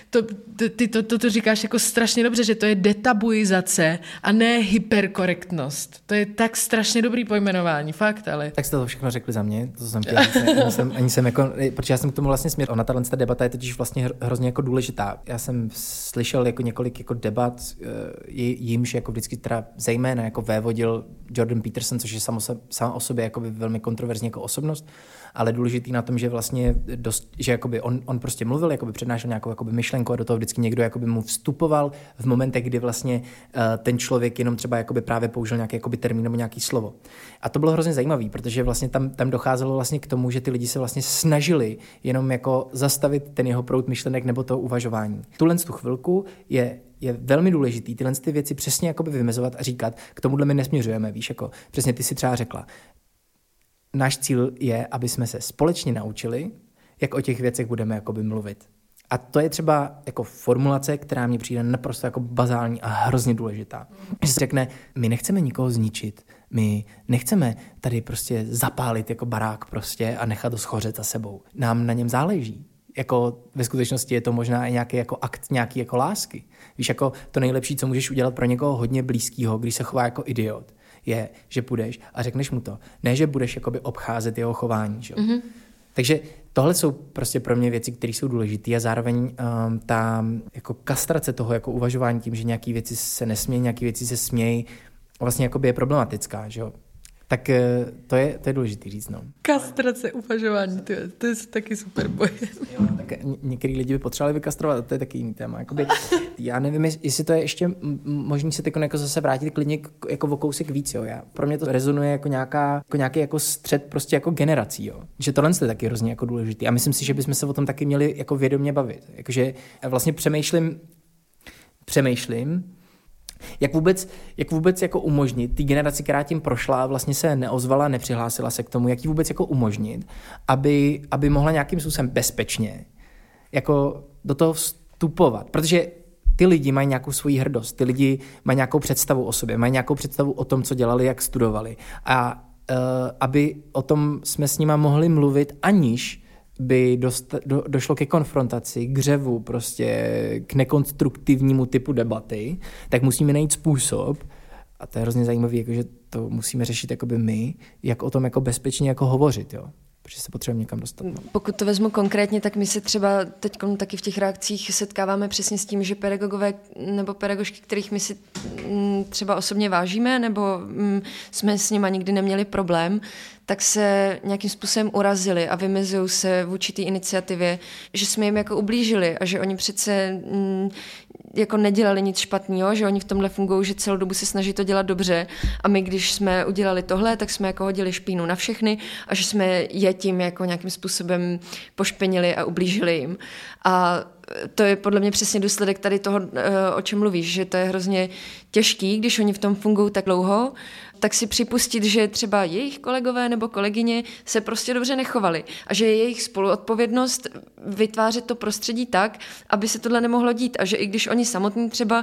to říkáš jako strašně dobře, že to je detabuizace a ne hyperkorektnost. To je tak strašně dobrý pojmenování, fakt, ale... Tak jste to všechno řekli za mě, to jsem chtěl říct, protože já jsem k tomu vlastně směr. Ona ta debata je totiž vlastně hrozně jako důležitá. Já jsem slyšel jako několik jako debat, jimž jako vždycky teda zejména jako vévodil Jordan Peterson, což je sám o sobě jako velmi kontroverzní jako osobnost, ale důležitý na tom, že vlastně že jakoby on prostě mluvil, jakoby přednášel nějakou jakoby myšlenku a do toho vždycky někdo jakoby mu vstupoval v momentech, kdy vlastně ten člověk jenom třeba jakoby právě použil nějaký jakoby termín nebo nějaký slovo. A to bylo hrozně zajímavé, protože vlastně tam docházelo vlastně k tomu, že ty lidi se vlastně snažili jenom jako zastavit ten jeho proud myšlenek nebo to uvažování. Tu chvilku je velmi důležitý tyhle ty věci přesně jakoby vymezovat a říkat, k tomuhle my nesměřujeme, víš, jako přesně ty si třeba řekla. Náš cíl je, aby jsme se společně naučili, jak o těch věcech budeme jakoby mluvit. A to je třeba jako formulace, která mně přijde naprosto jako bazální a hrozně důležitá. Že se řekne, my nechceme nikoho zničit, my nechceme tady prostě zapálit jako barák prostě a nechat ho schořet za sebou. Nám na něm záleží. Jako ve skutečnosti je to možná i nějaký jako akt nějaký jako lásky. Víš, jako to nejlepší, co můžeš udělat pro někoho hodně blízkýho, když se chová jako idiot, je, že půjdeš a řekneš mu to. Ne, že budeš jakoby obcházet jeho chování. Že? Mm-hmm. Takže tohle jsou prostě pro mě věci, které jsou důležité a zároveň ta jako kastrace toho jako uvažování tím, že nějaké věci se nesmějí, nějaké věci se smějí, vlastně jakoby je problematická, že jo. Tak to je důležité říct, no. Kastrace uvažování, to je taky super boj. Tak některý lidi by potřebovali vykastrovat, to je taky jiný téma. Jakoby, já nevím, jestli to je ještě možný se teď jako zase vrátit klidně jako o kousek víc, jo. Pro mě to rezonuje jako nějaký jako střed prostě jako generací, jo. Že tohle je taky hrozně jako důležitý a myslím si, že bychom se o tom taky měli jako vědomě bavit. Jakože vlastně přemýšlím, jak vůbec jako umožnit té generaci, která tím prošla a vlastně se neozvala, nepřihlásila se k tomu, jak ji vůbec jako umožnit, aby mohla nějakým způsobem bezpečně jako do toho vstupovat. Protože ty lidi mají nějakou svoji hrdost, ty lidi mají nějakou představu o sobě, mají nějakou představu o tom, co dělali, jak studovali. A aby o tom jsme s nima mohli mluvit, aniž by došlo ke konfrontaci, k řevu, prostě k nekonstruktivnímu typu debaty, tak musíme najít způsob, a to je hrozně zajímavé, jakože to musíme řešit jakoby my, jak o tom jako bezpečně jako hovořit, jo. Protože se potřebujeme někam dostat. No. Pokud to vezmu konkrétně, tak my se třeba teď taky v těch reakcích setkáváme přesně s tím, že pedagogové nebo pedagožky, kterých my si třeba osobně vážíme, nebo jsme s nima nikdy neměli problém, tak se nějakým způsobem urazili a vymezují se vůči té iniciativě, že jsme jim jako ublížili a že oni přece jako nedělali nic špatného, že oni v tomhle fungují, že celou dobu se snaží to dělat dobře a my, když jsme udělali tohle, tak jsme jako hodili špínu na všechny a že jsme je tím jako nějakým způsobem pošpinili a ublížili jim. A to je podle mě přesně důsledek tady toho, o čem mluvíš, že to je hrozně těžký, když oni v tom fungují tak dlouho, tak si připustit, že třeba jejich kolegové nebo kolegyně se prostě dobře nechovali a že je jejich spoluodpovědnost vytvářet to prostředí tak, aby se tohle nemohlo dít a že i když oni samotní třeba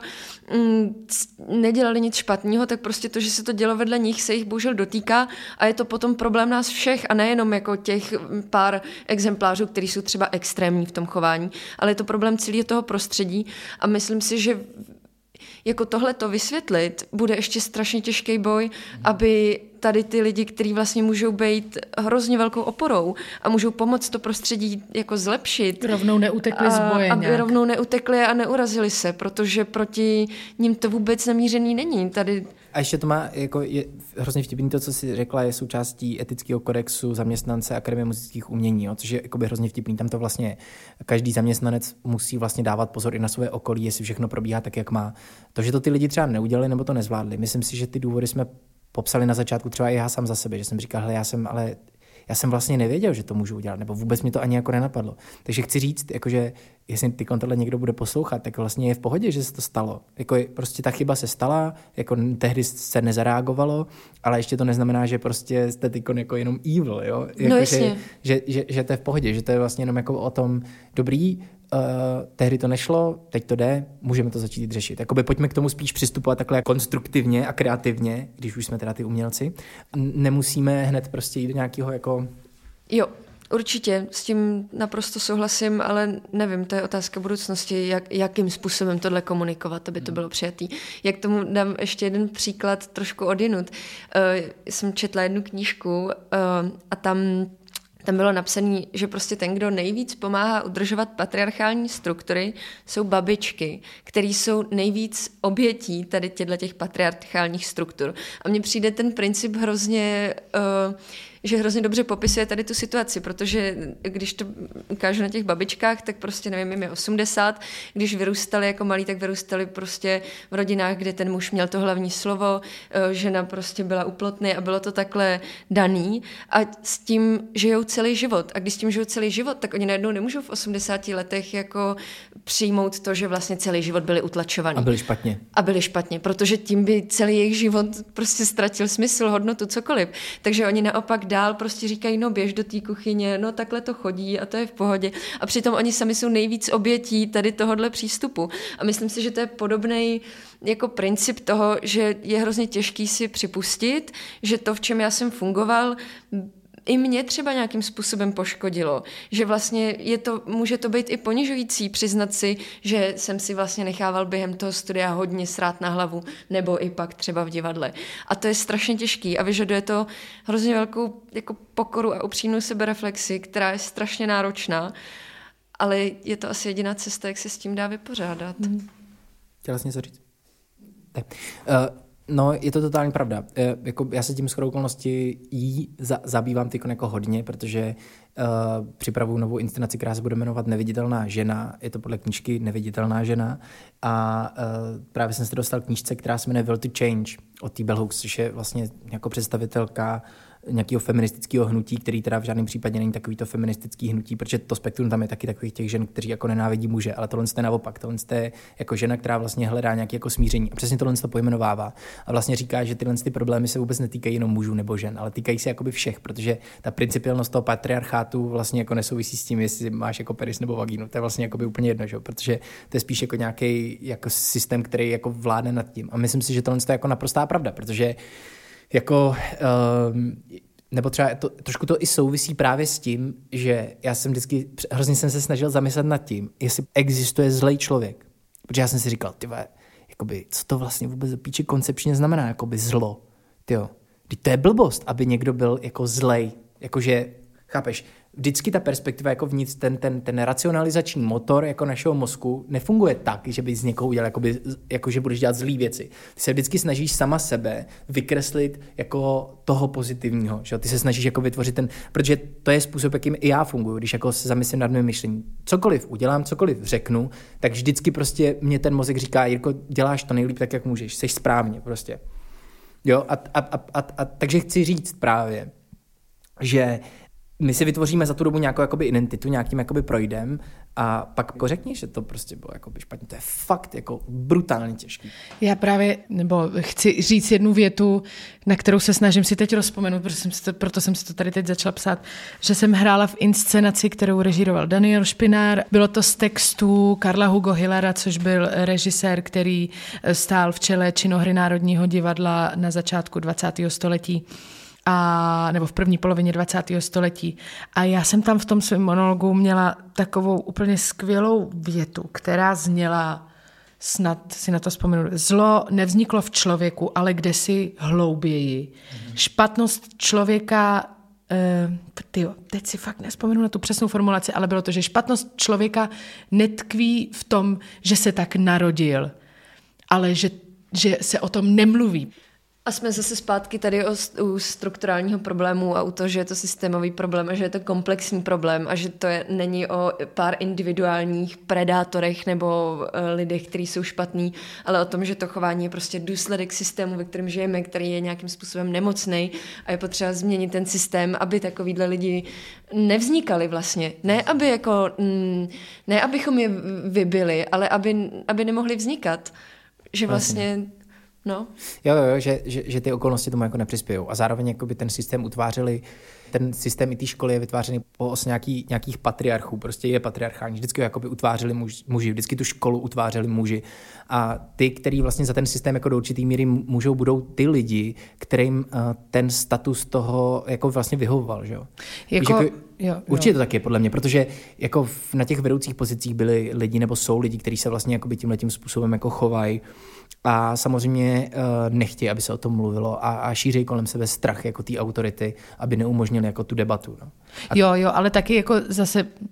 nedělali nic špatného, tak prostě to, že se to dělo vedle nich, se jich bohužel dotýká a je to potom problém nás všech a nejenom jako těch pár exemplářů, kteří jsou třeba extrémní v tom chování, ale je to problém celého toho prostředí a myslím si, že jako tohle to vysvětlit bude ještě strašně těžký boj, aby tady ty lidi, kteří vlastně můžou být hrozně velkou oporou a můžou pomoct to prostředí jako zlepšit. Rovnou neutekli z boje aby nějak. Rovnou neutekli a neurazili se, protože proti nim to vůbec namířený není. Tady... A ještě to má, jako je hrozně vtipný to, co jsi řekla, je součástí etického kodexu zaměstnance Akademie muzických umění, jo, což je jakoby hrozně vtipný. Tam to vlastně každý zaměstnanec musí vlastně dávat pozor i na své okolí, jestli všechno probíhá tak, jak má. To, že to ty lidi třeba neudělali nebo to nezvládli, myslím si, že ty důvody jsme popsali na začátku třeba i já sám za sebe, že jsem říkal, hele, já jsem vlastně nevěděl, že to můžu udělat, nebo vůbec mi to ani jako nenapadlo. Takže chci říct, jakože jestli ty kontrole někdo bude poslouchat, tak vlastně je v pohodě, že se to stalo. Jako prostě ta chyba se stala, jako tehdy se nezareagovalo, ale ještě to neznamená, že prostě jste jako jenom evil, jo? Jako, no jasně. Že to je v pohodě, že to je vlastně jenom jako o tom dobrý, tehdy to nešlo, teď to jde, můžeme to začít řešit. Jakoby pojďme k tomu spíš přistupovat takhle konstruktivně a kreativně, když už jsme teda ty umělci. Nemusíme hned prostě jít do nějakého jako... Jo, určitě, s tím naprosto souhlasím, ale nevím, to je otázka budoucnosti, jakým způsobem tohle komunikovat, aby to bylo přijatý. Jak tomu dám ještě jeden příklad trošku odjinud. Jsem četla jednu knížku a tam bylo napsané, že prostě ten, kdo nejvíc pomáhá udržovat patriarchální struktury, jsou babičky, které jsou nejvíc obětí tady těch patriarchálních struktur. A mně přijde ten princip hrozně že hrozně dobře popisuje tady tu situaci, protože když to ukážu na těch babičkách, tak prostě nevím, jim je 80, když vyrůstali jako malí, tak vyrůstali prostě v rodinách, kde ten muž měl to hlavní slovo, žena prostě byla úplotný a bylo to takhle daný a s tím žijou celý život. A když s tím žijou celý život, tak oni najednou nemůžou v 80 letech jako přijmout to, že vlastně celý život byli utlačovaní. A byli špatně, protože tím by celý jejich život prostě ztratil smysl, hodnotu, cokoliv. Takže oni naopak dál prostě říkají, no běž do té kuchyně, no takhle to chodí a to je v pohodě. A přitom oni sami jsou nejvíc obětí tady tohodle přístupu. A myslím si, že to je podobnej jako princip toho, že je hrozně těžký si připustit, že to, v čem já jsem fungoval, i mě třeba nějakým způsobem poškodilo, že vlastně může to být i ponižující přiznat si, že jsem si vlastně nechával během toho studia hodně srát na hlavu, nebo i pak třeba v divadle. A to je strašně těžký a vyžaduje to hrozně velkou jako pokoru a upřímnou sebereflexi, která je strašně náročná, ale je to asi jediná cesta, jak se s tím dá vypořádat. Chtěla jsi něco říct? No, je to totálně pravda. Jako já se tím shodou okolností zabývám teď jako hodně, protože připravuju novou inscenaci, která se bude jmenovat Neviditelná žena. Je to podle knížky Neviditelná žena. A právě jsem se dostal k knížce, která se jmenuje Will to Change od T. Bell Hooks, což je vlastně jako představitelka nějakého feministického hnutí, který teda v žádném případě není takovýto feministický hnutí, protože to spektrum tam je taky takových těch žen, kteří jako nenávidí muže, ale tohle je naopak. Tohle je jako žena, která vlastně hledá nějaké jako smíření. A přesně tohle to pojmenovává. A vlastně říká, že tyhle ty problémy se vůbec netýkají jenom mužů nebo žen, ale týkají se jakoby všech, protože ta principiálnost toho patriarchátu vlastně jako nesouvisí s tím, jestli máš jako penis nebo vagínu. To je vlastně jako by úplně jedno, že? Protože to je spíš jako nějaký jako systém, který jako vládne nad tím. A myslím si, že tohle je jako naprostá pravda, protože jako, nebo třeba trošku to i souvisí právě s tím, že já jsem vždycky, hrozně jsem se snažil zamyslet nad tím, jestli existuje zlej člověk. Protože já jsem si říkal, jakoby, co to vlastně vůbec do píči koncepčně znamená, jakoby zlo. To je blbost, aby někdo byl jako zlej. Jakože, chápeš, vždycky ta perspektiva jako vnitř, ten racionalizační motor jako našeho mozku nefunguje tak, že bys z někoho udělal, jako že budeš dělat zlý věci. Ty se vždycky snažíš sama sebe vykreslit jako toho pozitivního. Že? Ty se snažíš jako vytvořit protože to je způsob, jakým i já funguji, když jako se zamyslím nad mým myšlením. Cokoliv udělám, cokoliv řeknu, tak vždycky prostě mě ten mozek říká, Jirko, děláš to nejlíp tak, jak můžeš, seš správně prostě. Jo? A takže chci říct právě, že my si vytvoříme za tu dobu nějakou jakoby identitu, nějakým jakoby projdem a pak jako řekni, že to prostě bylo jakoby špatně. To je fakt jako brutálně těžký. Já právě, nebo chci říct jednu větu, na kterou se snažím si teď rozpomenout, proto jsem si to tady teď začala psát, že jsem hrála v inscenaci, kterou režíroval Daniel Špinár. Bylo to z textu Karla Hugo Hillara, což byl režisér, který stál v čele činohry Národního divadla na začátku 20. století. Nebo v první polovině 20. století. A já jsem tam v tom svém monologu měla takovou úplně skvělou větu, která zněla, snad si na to vzpomenu, zlo nevzniklo v člověku, ale kdesi hlouběji. Špatnost člověka, teď si fakt nevzpomenu na tu přesnou formulaci, ale bylo to, že špatnost člověka netkví v tom, že se tak narodil, ale že se o tom nemluví. A jsme zase zpátky tady u strukturálního problému a u toho, že je to systémový problém a že je to komplexní problém a že to není o pár individuálních predátorech nebo lidech, kteří jsou špatní, ale o tom, že to chování je prostě důsledek systému, ve kterém žijeme, který je nějakým způsobem nemocnej a je potřeba změnit ten systém, aby takovýhle lidi nevznikali vlastně. Ne, abychom je vybili, ale aby nemohli vznikat. Že vlastně... No. Jo, že ty okolnosti tomu jako nepřispějou. A zároveň jakoby ten systém utvářeli, ten systém i té školy je vytvářený po nějakých patriarchů, prostě je patriarchální. Vždycky ho jakoby utvářeli muži, vždycky tu školu utvářeli muži. A ty, který vlastně za ten systém jako do určitý míry budou ty lidi, kterým ten status toho jako vlastně vyhovoval, že jo? Určitě to tak je podle mě, protože jako na těch vedoucích pozicích byli lidi nebo jsou lidi, kteří se vlastně jakoby tímhletím způsobem jako chovají. A samozřejmě nechtějí, aby se o tom mluvilo a šíří kolem sebe strach jako té autority, aby neumožnili jako tu debatu. No. Jo, ale taky jako zase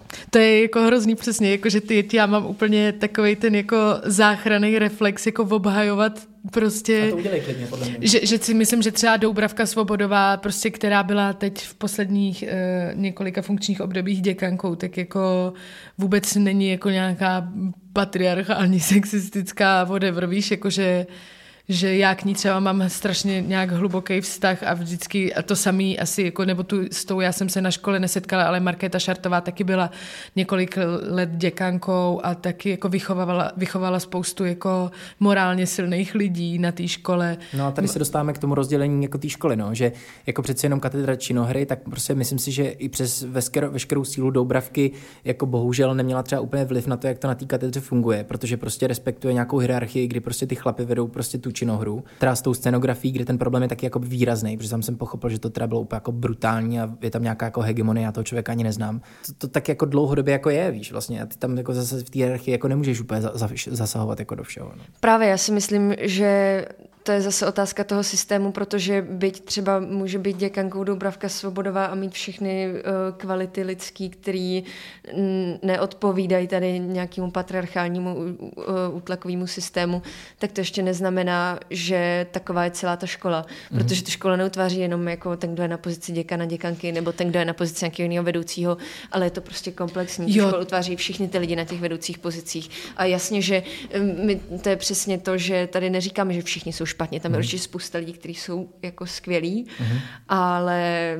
To je jako hrozný přesně, jako že já mám úplně takovej ten jako záchranný reflex, jako obhajovat prostě... A to udělej klidně, podle mě. Že si myslím, že třeba Doubravka Svobodová, prostě, která byla teď v posledních několika funkčních obdobích děkankou, tak jako vůbec není jako nějaká patriarchální, sexistická whatever, víš, jakože že já k ní třeba mám strašně nějak hluboký vztah a vždycky, a to samý asi, jako, nebo s tou já jsem se na škole nesetkala, ale Markéta Šartová taky byla několik let děkankou a taky jako vychovala spoustu jako morálně silných lidí na té škole. No a tady se dostáváme k tomu rozdělení jako té školy, no, že jako přece jenom katedra činohry, tak prostě myslím si, že i přes veškerou sílu Doubravky jako bohužel neměla třeba úplně vliv na to, jak to na té katedře funguje, protože prostě respektuje nějakou hierarchii, kdy prostě ty chlapy vedou prostě tu činohru, teda s tou scenografií, kde ten problém je taky jako výrazný, protože tam jsem pochopil, že to teda bylo úplně jako brutální a je tam nějaká jako hegemonie, já toho člověka ani neznám. To tak jako dlouhodobě jako je, víš, vlastně, a ty tam jako zase v té hierarchii jako nemůžeš úplně zasahovat jako do všeho. No. Právě, já si myslím, že to je zase otázka toho systému, protože byť třeba může být děkankou Doubravka Svobodová a mít všechny kvality lidský, který neodpovídají tady nějakému patriarchálnímu útlakovému systému, tak to ještě neznamená, že taková je celá ta škola. Protože ta škola neutváří jenom jako ten, kdo je na pozici děkana, děkanky, nebo ten, kdo je na pozici nějakého jiného vedoucího, ale je to prostě komplexní. Škola utváří všichni ty lidi na těch vedoucích pozicích. A jasně, že to je přesně to, že tady neříkáme, že všichni jsou špatně, tam je určitě spousta lidí, kteří jsou jako skvělí, ale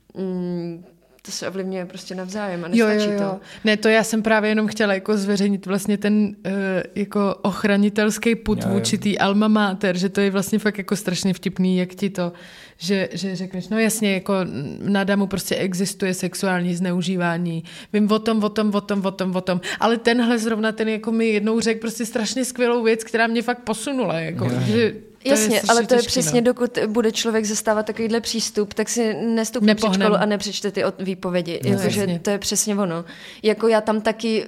to se ovlivňuje prostě navzájem a nestačí to. Ne, to já jsem právě jenom chtěla jako zveřejnit vlastně ten jako ochranitelský put vůči tý alma mater, že to je vlastně fakt jako strašně vtipný, jak ti to, že řekneš, no jasně, jako na Adamu prostě existuje sexuální zneužívání, vím o tom, ale tenhle zrovna ten jako mi jednou řekl prostě strašně skvělou věc, která mě fakt posunula, jako, že jasně, ale to je přesně, dokud bude člověk zastávat takovýhle přístup, tak si nestoupí před školu a nepřečte ty výpovědi. Jakože to je přesně ono. Jako já tam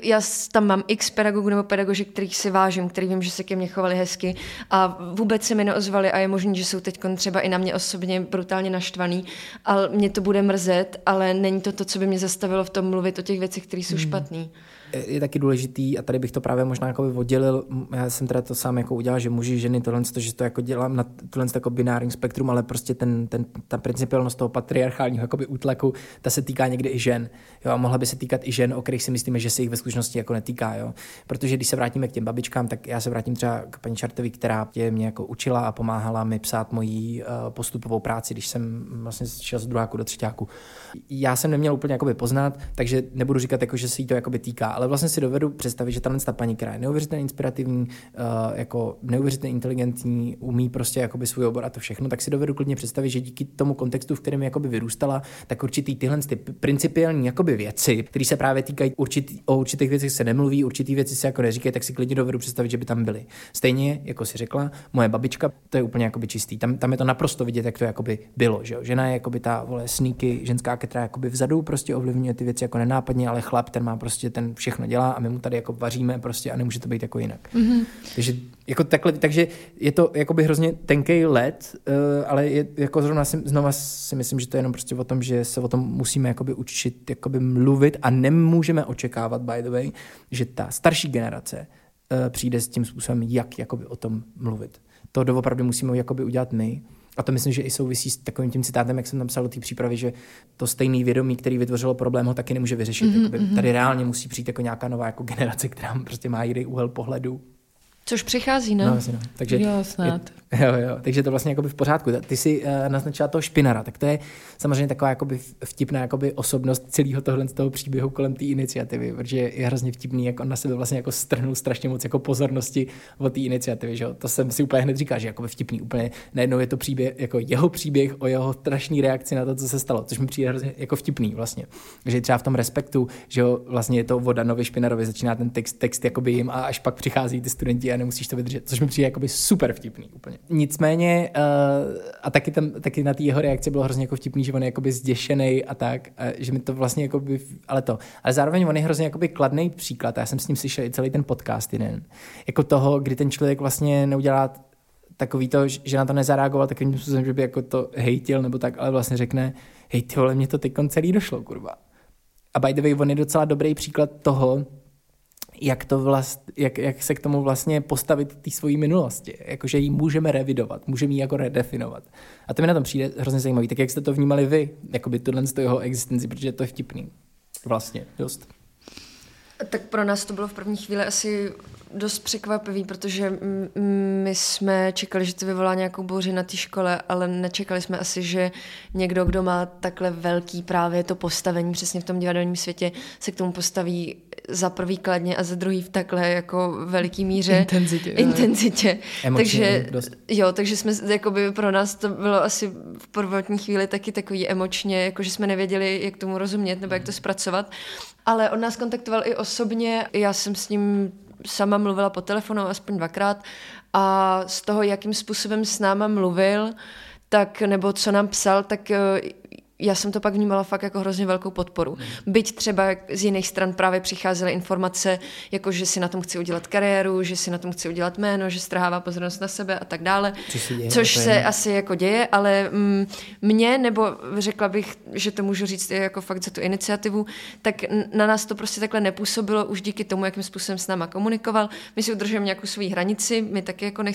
mám x pedagogů nebo pedagožek, kterých si vážím, který vím, že se ke mně chovali hezky a vůbec se mi neozvali a je možný, že jsou teď třeba i na mě osobně brutálně naštvaný, ale mě to bude mrzet, ale není to, co by mě zastavilo v tom mluvit o těch věcech, které jsou špatný. Je taky důležitý, a tady bych to právě možná jako oddělil, já jsem teda to sám jako udělal, že muži, ženy, že to jako dělám na tohle jako binární spektrum, ale prostě ta principiálnost toho patriarchálního jakoby útlaku, ta se týká někdy i žen. Jo, a mohla by se týkat i žen, o kterých si myslíme, že se jich ve skutečnosti jako netýká. Jo. Protože když se vrátíme k těm babičkám, tak já se vrátím třeba k paní Šartové, která mě jako učila a pomáhala mi psát moji postupovou práci, když jsem vlastně šel z druháku do třetíku. Já jsem neměl úplně jakoby poznat, takže nebudu říkat, jako, že se jí to jakoby týká, ale vlastně si dovedu představit, že ta paní, která je neuvěřitelně inspirativní, jako neuvěřitelně inteligentní, umí prostě jakoby svůj obor a to všechno, tak si dovedu klidně představit, že díky tomu kontextu, v kterém jakoby vyrůstala, tak určitý tyhle ty principiální jakoby věci, které se právě týkají o určitých věcech se nemluví, určitý věci se jako neříkají, tak si klidně dovedu představit, že by tam byly. Stejně, jako si řekla, moje babička, to je úplně jakoby čistý. Tam je to naprosto vidět, jak to jakoby bylo, že jo. Žena je jakoby ta sneaky, ženská, která jakoby vzadu prostě ovlivňuje ty věci jako nenápadně, ale chlap, ten má prostě ten všechno dělá a my mu tady jako vaříme prostě a nemůže to být jako jinak. Takže jako takhle, takže je to jakoby hrozně tenkej led, ale je jako znova si myslím, že to je jenom prostě o tom, že se o tom musíme jakoby učit jakoby mluvit a nemůžeme očekávat, by the way, že ta starší generace přijde s tím způsobem, jak jakoby o tom mluvit. To doopravdy musíme jakoby udělat my. A to myslím, že i souvisí s takovým tím citátem, jak jsem tam psal do té přípravy, že to stejný vědomí, který vytvořilo problém, ho taky nemůže vyřešit. Tady reálně musí přijít jako nějaká nová jako generace, která prostě má jiný úhel pohledu. Což přichází, ne? No, takže jo, snad. Jo. Takže to vlastně jakoby v pořádku. Ty si naznačila toho Špinara, tak to je samozřejmě taková jakoby vtipná jakoby osobnost celého tohle z toho příběhu kolem té iniciativy, protože je hrozně vtipný, jak on na sebe vlastně jako strhnul strašně moc jako pozornosti od té iniciativy, že jo? To jsem si úplně hned říkal, že jakoby vtipný úplně. Najednou je to příběh, jako jeho příběh o jeho strašné reakci na to, co se stalo, což mi přijde hrozně jako vtipný vlastně. Takže třeba v tom respektu, že jo, vlastně je to o Danovi Špinarovi, začíná ten text jakoby jim a až pak přichází ty studenti a nemusíš to vydržet, což mi přijde jakoby super vtipný úplně. Nicméně a taky na té jeho reakci bylo hrozně jako vtipný, že on je jakoby zděšený a tak, a že mi to vlastně jakoby, ale zároveň on je hrozně jakoby kladný příklad. Já jsem s ním slyšel i celý ten podcast jeden. Jako toho, kdy ten člověk vlastně neudělá takový to, že na to nezareagoval takovým způsobem, že by jako to hejtil nebo tak, ale vlastně řekne, hej ty vole, mě to teďkon celý došlo, kurva. A by the way, on je docela dobrý příklad toho, jak se k tomu vlastně postavit té svojí minulosti. Jakože ji můžeme revidovat, můžeme ji jako redefinovat. A to mi na tom přijde hrozně zajímavý. Tak jak jste to vnímali vy, jakoby tohle z toho jeho existenci, protože to je vtipný. Vlastně, dost. Tak pro nás to bylo v první chvíli asi dost překvapivý, protože my jsme čekali, že to vyvolá nějakou bouři na té škole, ale nečekali jsme asi, že někdo, kdo má takhle velký právě to postavení přesně v tom divadelním světě, se k tomu postaví za prvý kladně a za druhý v takhle jako veliký míře. Intenzitě. Emočně takže jsme, jakoby pro nás to bylo asi v prvotní chvíli taky takový emočně, jakože jsme nevěděli, jak tomu rozumět nebo jak to zpracovat. Ale on nás kontaktoval i osobně, já jsem s ním sama mluvila po telefonu aspoň 2krát a z toho, jakým způsobem s náma mluvil, tak, nebo co nám psal, tak já jsem to pak vnímala fakt jako hrozně velkou podporu. Byť třeba z jiných stran právě přicházely informace, jako že si na tom chci udělat kariéru, že si na tom chci udělat jméno, že strhává pozornost na sebe a tak dále, což se asi jako děje, ale mě, nebo řekla bych, že to můžu říct jako fakt za tu iniciativu, tak na nás to prostě takhle nepůsobilo už díky tomu, jakým způsobem s náma komunikoval. My si udržujeme nějakou svou hranici, my taky jako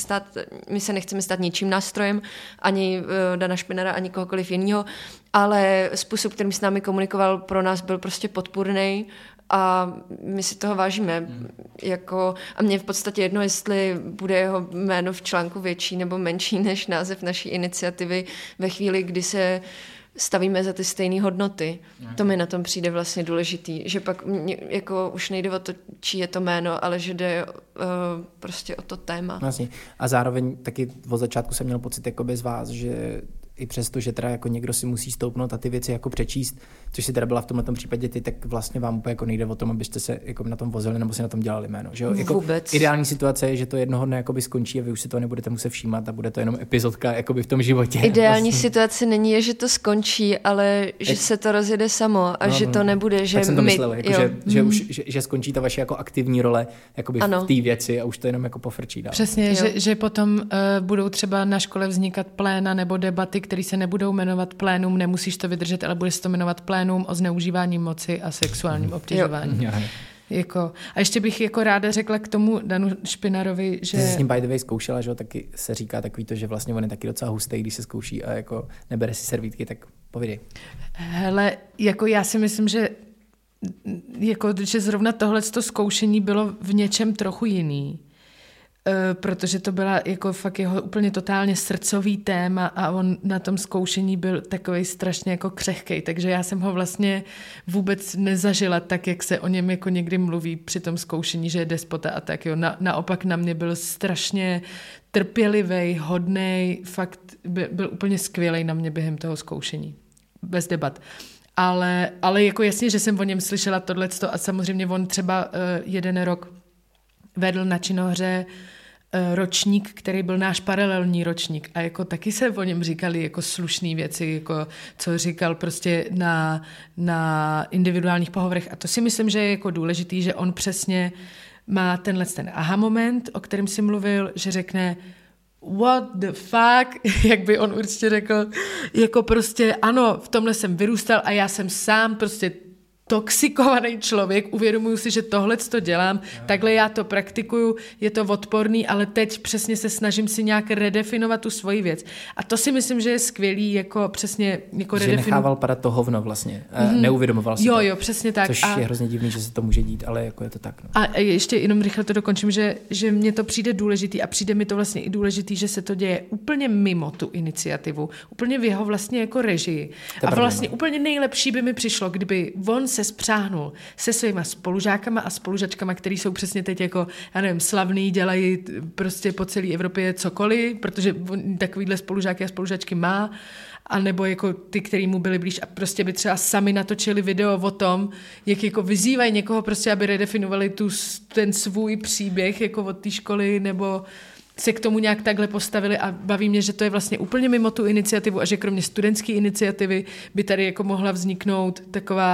my se nechceme stát ničím nástrojem, ani Dana Špinara, ani kohokoliv jiného, ale způsob, kterým s námi komunikoval, pro nás byl prostě podpůrnej a my si toho vážíme. A mě v podstatě jedno, jestli bude jeho jméno v článku větší nebo menší než název naší iniciativy ve chvíli, kdy se stavíme za ty stejné hodnoty. To mi na tom přijde vlastně důležitý, že pak jako už nejde o to, čí je to jméno, ale že jde prostě o to téma. Vlastně. A zároveň taky od začátku jsem měl pocit jakoby z vás, že i přesto, že teda jako někdo si musí stoupnout a ty věci jako přečíst, což si teda byla v tomto případě ty, tak vlastně vám úplně jako nejde o tom, abyste se jako na tom vozili nebo si na tom dělali jméno. Že jo? Jako vůbec. Ideální situace je, že to jednoho dne jakoby skončí a vy už si to nebudete muset všímat a bude to jenom epizodka jakoby v tom životě. Ideální vlastně. Situace není, že to skončí, ale že se to rozjede samo a že to nebude, že tak jsem to my... myslel, jako, že skončí ta vaše jako aktivní role jakoby v té věci a už to jenom jako pofrčí dál. Přesně, že potom budou třeba na škole vznikat pléna nebo debaty, které se nebudou jmenovat plénum, nemusíš to vydržet, ale bude se to jmenovat plénum o zneužívání moci a sexuálním obtěžování. A ještě bych jako ráda řekla k tomu Danu Špinarovi, že... Ty jsi s ním by the way zkoušela, že taky se říká takový to, že vlastně on je taky docela hustý, když se zkouší a jako nebere si servítky, tak povídej. Hele, jako já si myslím, že zrovna tohleto zkoušení bylo v něčem trochu jiný. Protože to byla jako fakt jeho úplně totálně srdcový téma a on na tom zkoušení byl takovej strašně jako křehkej, takže já jsem ho vlastně vůbec nezažila tak, jak se o něm jako někdy mluví při tom zkoušení, že je despota a tak, jo. Naopak na mě byl strašně trpělivý, hodnej, fakt byl úplně skvělej na mě během toho zkoušení. Bez debat. Ale jako jasně, že jsem o něm slyšela tohleto a samozřejmě on třeba jeden rok vedl na činohře ročník, který byl náš paralelní ročník a jako taky se o něm říkali jako slušné věci, jako co říkal prostě na individuálních pohovorech a to si myslím, že je jako důležitý, že on přesně má ten aha moment, o kterém si mluvil, že řekne what the fuck, jak by on určitě řekl, jako prostě ano, v tomhle jsem vyrůstal a já jsem sám prostě toxikovaný člověk, uvědomuju si, že tohleto dělám, takhle já to praktikuju, je to odporný, ale teď přesně se snažím si nějak redefinovat tu svoji věc. A to si myslím, že je skvělý, jako přesně jako že nechával padat to hovno vlastně. Neuvědomoval si to. Jo, přesně tak. Což je hrozně divný, že se to může dít, ale jako je to tak. No. A ještě jenom rychle to dokončím, že mně to přijde důležitý a přijde mi to vlastně i důležitý, že se to děje úplně mimo tu iniciativu, úplně v jeho vlastně jako režii. A vlastně úplně nejlepší by mi přišlo, kdyby on se spřáhnul se svýma spolužákama a spolužačkama, který jsou přesně teď jako, já nevím, slavný, dělají prostě po celé Evropě cokoliv, protože takovýhle spolužáky a spolužačky má, anebo jako ty, který mu byli blíž a prostě by třeba sami natočili video o tom, jak jako vyzývají někoho prostě, aby redefinovali ten svůj příběh jako od té školy, nebo se k tomu nějak takhle postavili a baví mě, že to je vlastně úplně mimo tu iniciativu a že kromě studentské iniciativy by tady jako mohla vzniknout taková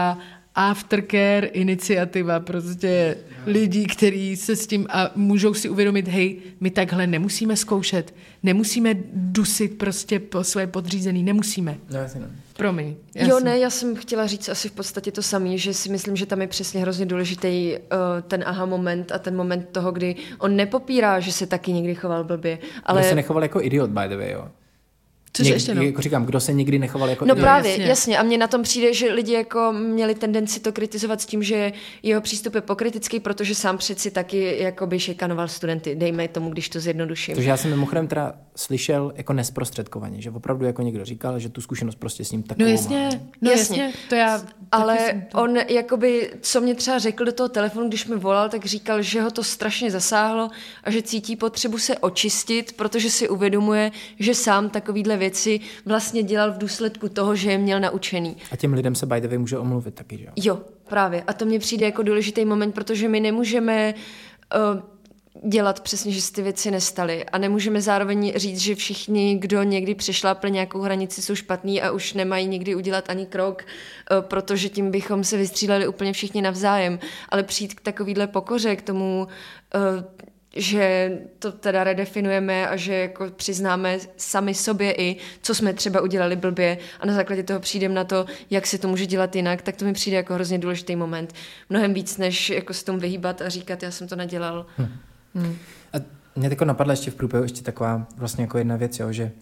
aftercare iniciativa prostě lidí, kteří se s tím a můžou si uvědomit, hej, my takhle nemusíme zkoušet, nemusíme dusit prostě po své podřízený, nemusíme. No, jasně, no. Promiň. Já jsem chtěla říct asi v podstatě to samé, že si myslím, že tam je přesně hrozně důležitý ten aha moment a ten moment toho, kdy on nepopírá, že se taky někdy choval blbě. Ale Kdo se nechoval jako idiot, by the way, jo. Což ještě no. Jako říkám, kdo se nikdy nechoval jako No idiot. právě, jasně. A mně na tom přijde, že lidi jako měli tendenci to kritizovat s tím, že jeho přístup je pokrytický, protože sám přeci taky jakoby šikanoval studenty, dejme tomu, když to zjednoduším. Protože já jsem mimochodem teda slyšel jako nesprostředkovaně, že opravdu jako někdo říkal, že tu zkušenost prostě s ním takovou má. No jasně, to já... Ale on jakoby, co mě třeba řekl do toho telefonu, když mi volal, tak říkal, že ho to strašně zasáhlo a že cítí potřebu se očistit, protože si uvědomuje, že sám takovýhle věci vlastně dělal v důsledku toho, že je měl naučený. A těm lidem se by the way může omluvit taky, že jo? Jo, právě. A to mně přijde jako důležitý moment, protože my nemůžeme dělat přesně, že se ty věci nestaly. A nemůžeme zároveň říct, že všichni, kdo někdy přešlápli nějakou hranici, jsou špatní a už nemají nikdy udělat ani krok, protože tím bychom se vystříleli úplně všichni navzájem. Ale přijít k takovýhle pokoře, k tomu, že to teda redefinujeme a že jako přiznáme sami sobě i, co jsme třeba udělali blbě a na základě toho přijdeme na to, jak se to může dělat jinak, tak to mi přijde jako hrozně důležitý moment. Mnohem víc, než jako se tomu vyhýbat a říkat, já jsem to nedělal. A mě teď napadla ještě v průběhu ještě taková vlastně jako jedna věc, jo, že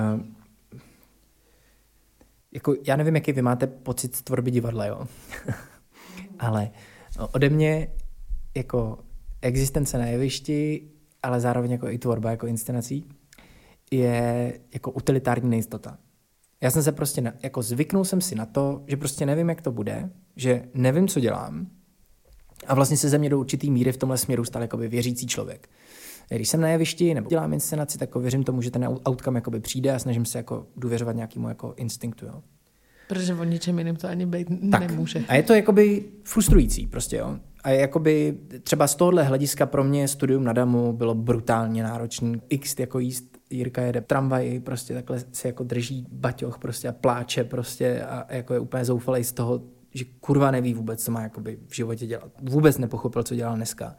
jako já nevím, jaký vy máte pocit z tvorby divadla, jo. Ale ode mě jako existence na jevišti, ale zároveň jako i tvorba jako inscenací je jako utilitární nejistota. Já jsem se prostě, jako zvyknul jsem si na to, že prostě nevím, jak to bude, že nevím, co dělám a vlastně se ze mě do určitý míry v tomhle směru stal jakoby věřící člověk. Když jsem na jevišti nebo dělám inscenaci, tak věřím tomu, že ten outcome jakoby přijde a snažím se jako důvěřovat nějakému jako instinktu, jo. Protože o ničem jiným to ani být nemůže. A je to jakoby frustrující prostě, jo. A jakoby třeba z tohohle hlediska pro mě studium na DAMu bylo brutálně náročný. Jako jíst, Jirka jede tramvaj, prostě takhle se jako drží baťoch prostě a pláče prostě a jako je úplně zoufalej z toho, že kurva neví vůbec, co má jakoby v životě dělat. Vůbec nepochopil, co dělal dneska.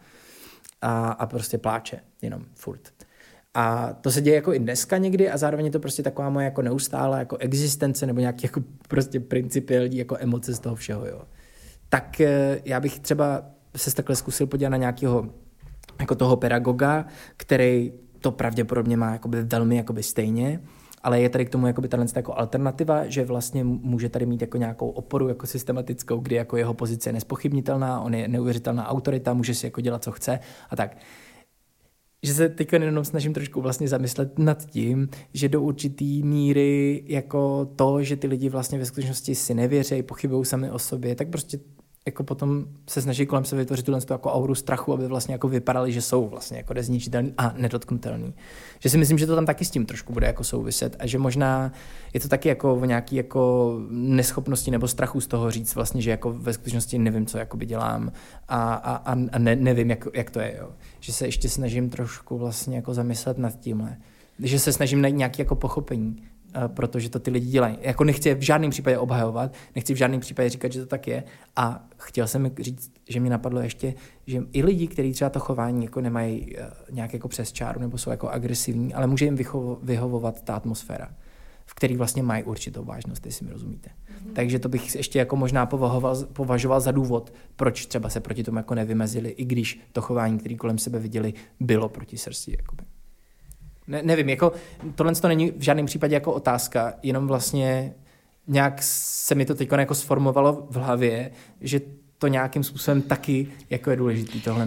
A prostě pláče, jenom furt. A to se děje jako i dneska někdy a zároveň je to prostě taková moje jako neustálá jako existence nebo nějaký jako prostě principiální jako emoce z toho všeho, jo. Tak já bych třeba se takhle zkusil podívat na nějakého jako toho pedagoga, který to pravděpodobně má jakoby velmi jakoby stejně, ale je tady k tomu jakoby tato jako alternativa, že vlastně může tady mít jako nějakou oporu jako systematickou, kdy jako jeho pozice je nespochybnitelná, on je neuvěřitelná autorita, může si jako dělat, co chce a tak. Že se teď jenom snažím trošku vlastně zamyslet nad tím, že do určitý míry jako to, že ty lidi vlastně ve skutečnosti si nevěří, pochybují sami o sobě, tak prostě jako potom se snaží kolem sebe vytvořit tuhle jako auru strachu, aby vlastně jako vypadali, že jsou vlastně jako nezničitelný a nedotknutelný. Že si myslím, že to tam taky s tím trošku bude jako souviset a že možná je to taky jako o nějaký jako neschopnosti nebo strachu z toho říct vlastně, že jako ve skutečnosti nevím, co jakoby dělám a nevím, jak to je, jo. Že se ještě snažím trošku vlastně jako zamyslet nad tímhle. Že se snažím najít nějaké jako pochopení, protože to ty lidi dělají. Jako nechci je v žádném případě obhajovat, nechci v žádném případě říkat, že to tak je. A chtěl jsem říct, že mi napadlo ještě, že i lidi, kteří třeba to chování jako nemají nějak jako přes čáru nebo jsou jako agresivní, ale může jim vyhovovat ta atmosféra, v který vlastně mají určitou vážnost, jestli mi rozumíte. Takže to bych ještě jako možná považoval za důvod, proč třeba se proti tomu jako nevymezili, i když to chování, který kolem sebe viděli, bylo proti srsti. Jakoby. Nevím, jako tohle to není v žádném případě jako otázka, jenom vlastně nějak se mi to teď jako sformovalo v hlavě, že to nějakým způsobem taky jako je důležitý tohle.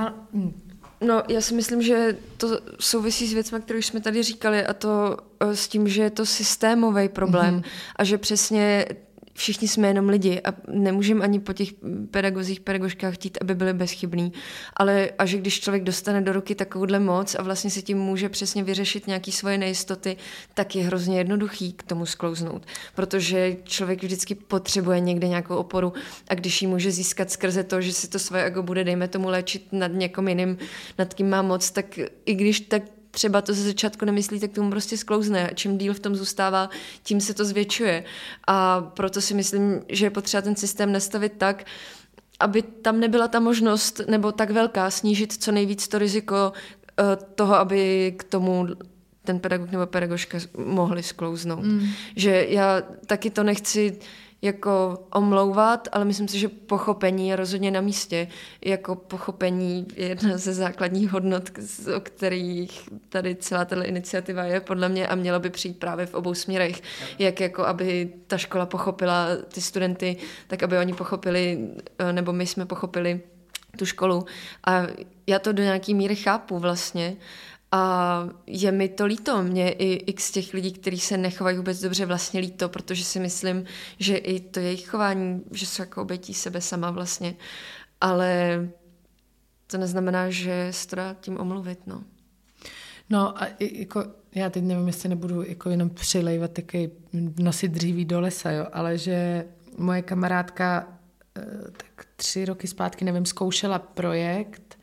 Já si myslím, že to souvisí s věcmi, které už jsme tady říkali a to s tím, že je to systémový problém a že přesně všichni jsme jenom lidi a nemůžeme ani po těch pedagožkách chtít, aby byli bezchybní, ale a že když člověk dostane do ruky takovouhle moc a vlastně si tím může přesně vyřešit nějaké svoje nejistoty, tak je hrozně jednoduchý k tomu sklouznout, protože člověk vždycky potřebuje někde nějakou oporu a když ji může získat skrze to, že si to svoje ego bude, dejme tomu, léčit nad někom jiným, nad kým má moc, tak i když tak třeba to ze začátku nemyslí, tak tomu prostě sklouzne. A čím díl v tom zůstává, tím se to zvětšuje. A proto si myslím, že je potřeba ten systém nastavit tak, aby tam nebyla ta možnost, nebo tak velká, snížit co nejvíc to riziko toho, aby k tomu ten pedagog nebo pedagožka mohli sklouznout. Že já taky to nechci jako omlouvat, ale myslím si, že pochopení je rozhodně na místě. Jako pochopení je jedna ze základních hodnot, o kterých tady celá tato iniciativa je podle mě a mělo by přijít právě v obou směrech. Jak jako aby ta škola pochopila ty studenty, tak aby oni pochopili, nebo my jsme pochopili tu školu. A já to do nějaký míry chápu vlastně. A je mi to líto, mě i x těch lidí, kteří se nechovají vůbec dobře, vlastně líto, protože si myslím, že i to jejich chování, že jsou jako obětí sebe sama vlastně, ale to neznamená, že se to dá tím omluvit, no. No a jako, já teď nevím, jestli nebudu jako jenom přilejvat taky nosit dříví do lesa, jo, ale že moje kamarádka tak 3 roky zpátky, nevím, zkoušela projekt,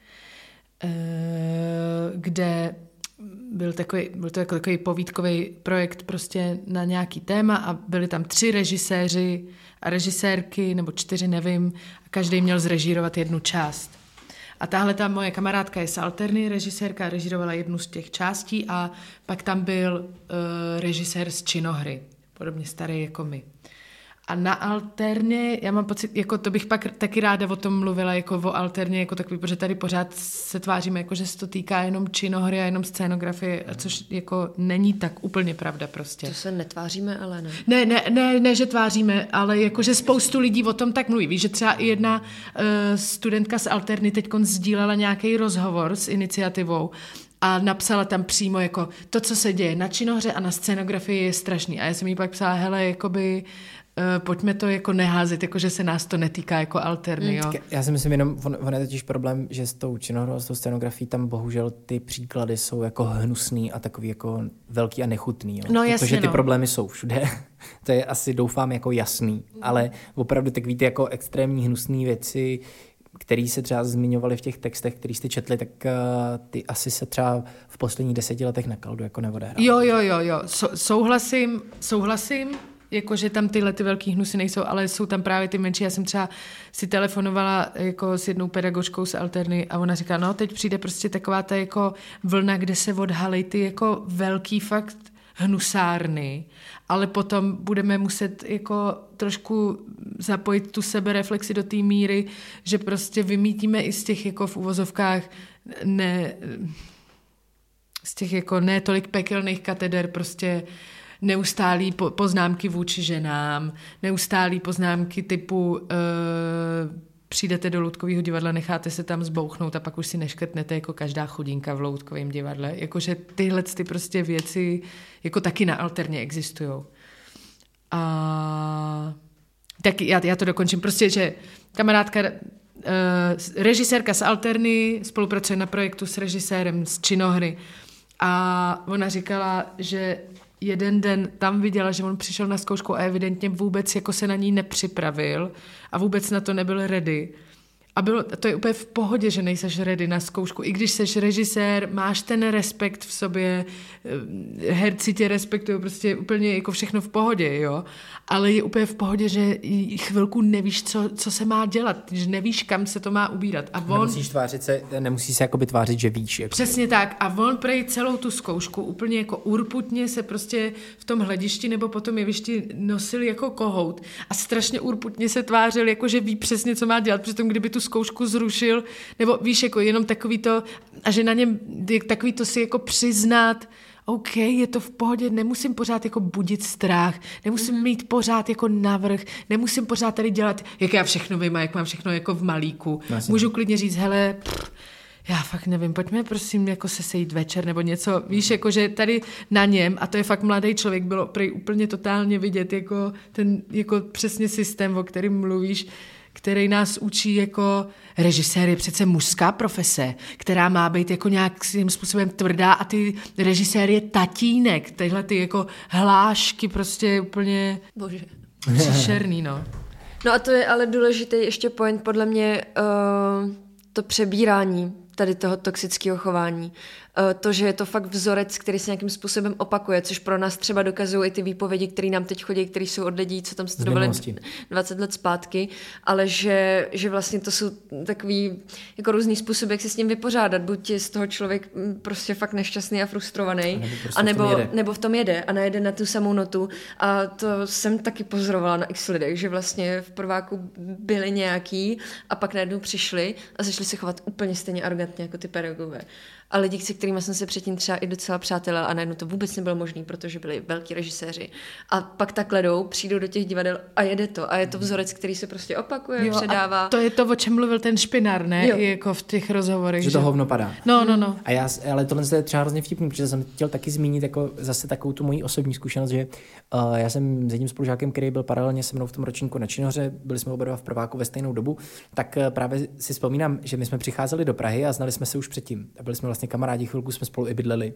kde byl to jako takový povídkový projekt prostě na nějaký téma a byli tam 3 režiséři a režisérky, nebo 4, nevím, a každý měl zrežírovat jednu část. A tahle ta moje kamarádka je z Alterny, režisérka, režírovala jednu z těch částí a pak tam byl režisér z Činohry, podobně starý jako my. A na Alterně, já mám pocit, jako to bych pak taky ráda o tom mluvila, jako o Alterně, jako takový, protože tady pořád se tváříme, jako že se to týká jenom činohry a jenom scénografie, což jako není tak úplně pravda prostě. To se netváříme, ale ne. Ne, že tváříme, ale jako, že spoustu lidí o tom tak mluví. Víš, že třeba i jedna studentka z Alterny teďkon sdílela nějaký rozhovor s iniciativou a napsala tam přímo jako to, co se děje na činohře a na scénografii je strašný. A já jsem jí pak psala, hele, jakoby pojďme to jako neházet, jako že se nás to netýká jako Alterny, jo. Já si myslím jenom, on je totiž problém, že s tou činohrou a s tou scénografií tam bohužel ty příklady jsou jako hnusný a takový jako velký a nechutný, jo. No jasně, protože ty problémy jsou všude. To je asi doufám jako jasný, ale opravdu tak víte jako extrémní hnusný věci, který se třeba zmiňovali v těch textech, který jste četli, tak ty asi se třeba v posledních 10 letech na Kaldu jako neodehrály. Jo. Souhlasím. Jakože tam tyhle ty velký hnusy nejsou, ale jsou tam právě ty menší. Já jsem třeba si telefonovala jako s jednou pedagožkou z Alterny a ona říká, no teď přijde prostě taková ta jako vlna, kde se odhalí ty jako velký fakt hnusárny, ale potom budeme muset jako trošku zapojit tu sebereflexi do té míry, že prostě vymítíme i z těch jako v uvozovkách z těch jako ne tolik pekelných kateder prostě neustálý poznámky vůči ženám, neustálý poznámky typu přijdete do loutkového divadla, necháte se tam zbouchnout a pak už si neškrtnete jako každá chudinka v loutkovém divadle. Jakože tyhle ty prostě věci jako taky na Alterně existujou. A tak já to dokončím. Prostě, že kamarádka, režisérka z Alterny spolupracuje na projektu s režisérem z Činohry a ona říkala, že jeden den tam viděla, že on přišel na zkoušku a evidentně vůbec jako se na ní nepřipravil a vůbec na to nebyl ready. A to je úplně v pohodě, že nejseš ready na zkoušku. I když seš režisér, máš ten respekt v sobě, herci tě respektují, prostě úplně jako všechno v pohodě, jo. Ale je úplně v pohodě, že chvilku nevíš, co se má dělat, že nevíš, kam se to má ubírat. A on... Nemusíš se jakoby tvářit, že víš. Jako. Přesně tak. A on prej celou tu zkoušku úplně jako urputně se prostě v tom hledišti nebo po tom jevišti nosil jako kohout. A strašně urputně se tvářil, jako že ví přesně, co má dělat. Přitom, kdyby tu zkoušku zrušil, nebo víš, jako jenom takový to, a že na něm takový to si jako přiznat, OK, je to v pohodě, nemusím pořád jako budit strach, nemusím mít pořád jako navrch, nemusím pořád tady dělat, jak já všechno vím a jak mám všechno jako v malíku. Můžu klidně říct, hele, já fakt nevím, pojďme prosím jako se sejít večer nebo něco, víš, jako že tady na něm, a to je fakt mladý člověk, bylo prej úplně totálně vidět jako ten jako přesně systém, o kterém mluvíš, který nás učí jako režisér je přece mužská profese, která má být jako nějakým způsobem tvrdá a ty režisér je tatínek. Tyhle ty jako hlášky prostě úplně příšerný, no. No a to je ale důležitý ještě point podle mě to přebírání tady toho toxického chování. To, že je to fakt vzorec, který se nějakým způsobem opakuje, což pro nás třeba dokazují i ty výpovědi, které nám teď chodí, které jsou od lidí, co tam studovali 20 let zpátky, ale že vlastně to jsou takový jako různý způsoby, jak se s ním vypořádat. Buď je z toho člověk prostě fakt nešťastný a frustrovaný, nebo v tom jede a najede na tu samou notu. A to jsem taky pozorovala na x lidech, že vlastně v prváku byli nějaký a pak najednou přišli a začali se chovat úplně stejně arrogantně jako ty pedagogové. A lidi, se kterými jsem se předtím třeba i docela přátelila a najednou to vůbec nebylo možné, protože byli velký režiséři. A pak takhle přijdou do těch divadel a jede to. A je to vzorec, který se prostě opakuje, předává. A to je to, o čem mluvil ten Špinár, ne? Jako v těch rozhovorech. Že to hovno padá. No. Ale tohle je třeba hrozně vtipný, protože jsem chtěl taky zmínit jako zase takovou tu moji osobní zkušenost, že já jsem s jedním spolužákem, který byl paralelně se mnou v tom ročníku na činohře, byli jsme oba dva v prváku ve stejnou dobu, tak právě si vzpomínám, že my jsme přicházeli do Prahy a znali jsme se už předtím. A byli jsme vlastně kamarádi, chvilku jsme spolu i bydleli.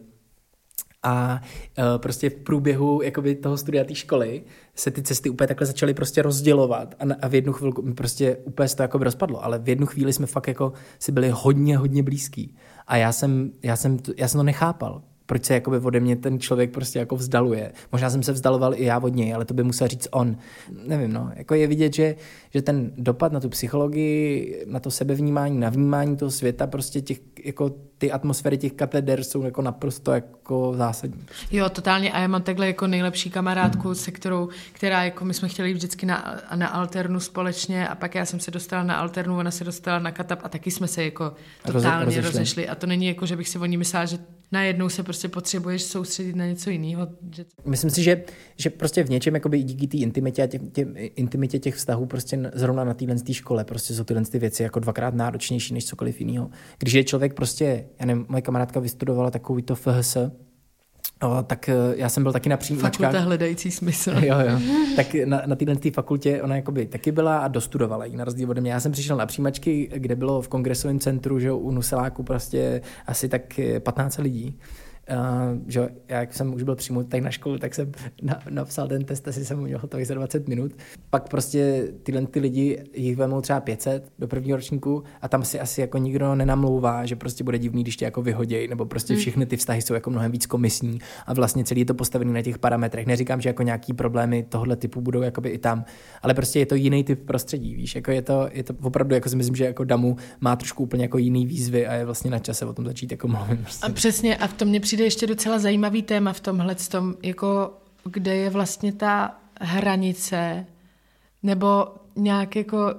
A prostě v průběhu jakoby toho studia té školy se ty cesty úplně takhle začaly prostě rozdělovat a v jednu chvilku prostě úplně se to jakoby rozpadlo, ale v jednu chvíli jsme fakt jako si byli hodně blízký. A já jsem to nechápal. Proč se jakoby ode mě ten člověk prostě jako vzdaluje. Možná jsem se vzdaloval i já od něj, ale to by musel říct on. Nevím, no. Jako je vidět, že ten dopad na tu psychologii, na to sebevnímání, na vnímání toho světa, prostě těch, jako ty atmosféry těch kateder jsou jako naprosto jako zásadní. Jo, totálně. A já mám takhle jako nejlepší kamarádku, která jako my jsme chtěli jít vždycky na alternu společně a pak já jsem se dostala na alternu, ona se dostala na katap a taky jsme se jako totálně rozešli. A to není jako, že bych si o ní myslela, že najednou se prostě potřebuješ soustředit na něco jiného. Myslím si, že prostě v něčem jakoby díky té intimitě a intimitě těch vztahů prostě zrovna na téhle škole prostě jsou tyhle věci jako dvakrát náročnější než cokoliv jiného. Když je člověk prostě, já nevím, moje kamarádka vystudovala takový to FHS, tak já jsem byl taky na přijímačkách. Fakulta hledající smysl. Jo. Tak na téhle fakultě ona jakoby taky byla a dostudovala jí na rozdíl ode mě. Já jsem přišel na přijímačky, kde bylo v kongresovém centru, že u Nuseláku prostě asi tak 15 lidí. Že já, jak jsem už byl přijmut tak na školu, tak jsem napsal ten test, asi jsem uměl hotový za 20 minut. Pak prostě ty lidi jich vemou třeba 500 do prvního ročníku a tam si asi jako nikdo nenamlouvá, že prostě bude divný, když tě jako vyhoděj, nebo prostě všechny ty vztahy jsou jako mnohem víc komisní a vlastně celý je to postavený na těch parametrech. Neříkám, že jako nějaký problémy tohle typu budou jakoby i tam, ale prostě je to jiný typ prostředí, víš, jako je to opravdu, jako si myslím, že jako Damu má trošku úplně jako jiný výzvy a je vlastně na čase o tom začít jako mluvit. Prostě. A přesně, a v tom mě přijde ještě docela zajímavý téma v tomhletom, jako kde je vlastně ta hranice, nebo nějak jako,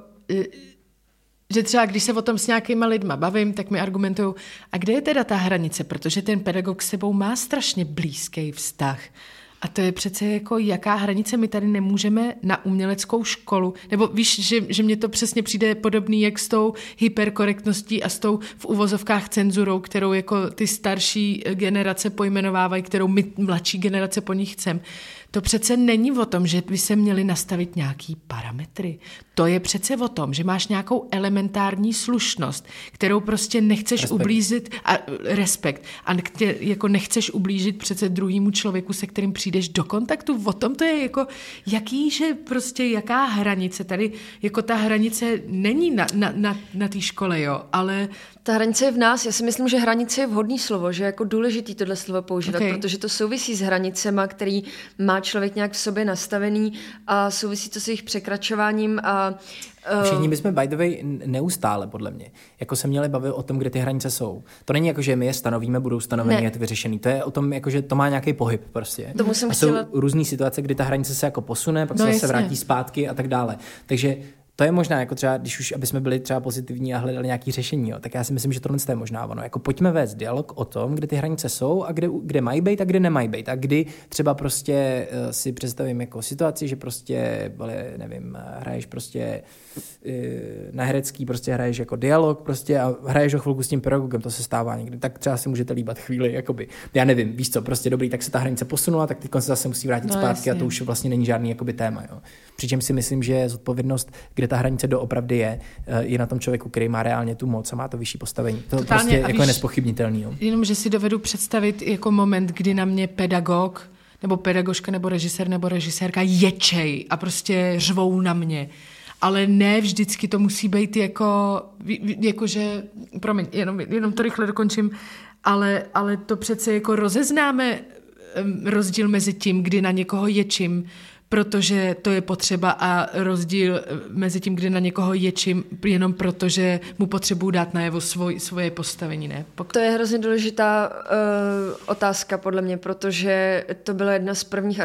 že třeba když se o tom s nějakýma lidma bavím, tak mi argumentují, a kde je teda ta hranice, protože ten pedagog s sebou má strašně blízký vztah. A to je přece jako, jaká hranice my tady nemůžeme na uměleckou školu. Nebo víš, že mně to přesně přijde podobný, jak s tou hyperkorektností a s tou v uvozovkách cenzurou, kterou jako ty starší generace pojmenovávají, kterou my mladší generace po nich chceme. To přece není o tom, že by se měly nastavit nějaký parametry. To je přece o tom, že máš nějakou elementární slušnost, kterou prostě nechceš ublížit a respekt. A jako nechceš ublížit přece druhému člověku, se kterým přijdeš do kontaktu. O tom to je jako, jaká hranice. Tady jako ta hranice není na té škole, jo, ale... Ta hranice je v nás. Já si myslím, že hranice je vhodný slovo, že je jako důležitý tohle slovo používat, protože to souvisí s hranicema, který má člověk nějak v sobě nastavený a souvisí to s jejich překračováním a všichni bychom by the way neustále, podle mě, jako se měli bavit o tom, kde ty hranice jsou. To není jako, že my je stanovíme, budou stanoveny, je to vyřešený. To je o tom, jako, že to má nějaký pohyb prostě. Jsou různý situace, kdy ta hranice se jako posune, pak se zase vrátí zpátky a tak dále. Takže to je možná, jako třeba, když už, aby jsme byli třeba pozitivní a hledali nějaké řešení, jo, tak já si myslím, že tohle je možná ono. Jako pojďme vést dialog o tom, kde ty hranice jsou a kde mají být a kde nemají být. A kdy třeba prostě si představím jako situaci, že prostě, nevím, hraješ prostě na herecký, prostě hraješ jako dialog prostě a hraješ o chvilku s tím pedagogem, to se stává někdy, tak třeba si můžete líbat chvíli, jakoby. Já nevím, víš co, prostě dobrý, tak se ta hranice posunula, tak teď se zase musí vrátit zpátky a to už vlastně není žádný jakoby téma, jo. Přičemž si myslím, že zodpovědnost, kde ta hranice doopravdy je na tom člověku, který má reálně tu moc a má to vyšší postavení. To totálně, prostě jako je nespochybnitelný. Jo. Jenom, že si dovedu představit jako moment, kdy na mě pedagog nebo pedagožka nebo režisér nebo režisérka ječej a prostě řvou na mě. ale ne vždycky to musí být jakože, promiň, jenom to rychle dokončím, ale to přece jako rozeznáme rozdíl mezi tím, kdy na někoho ječím, protože to je potřeba, a rozdíl mezi tím, kdy na někoho ječím, jenom protože mu potřebuji dát najevo svoje postavení, ne? To je hrozně důležitá otázka podle mě, protože to byla jeden z prvních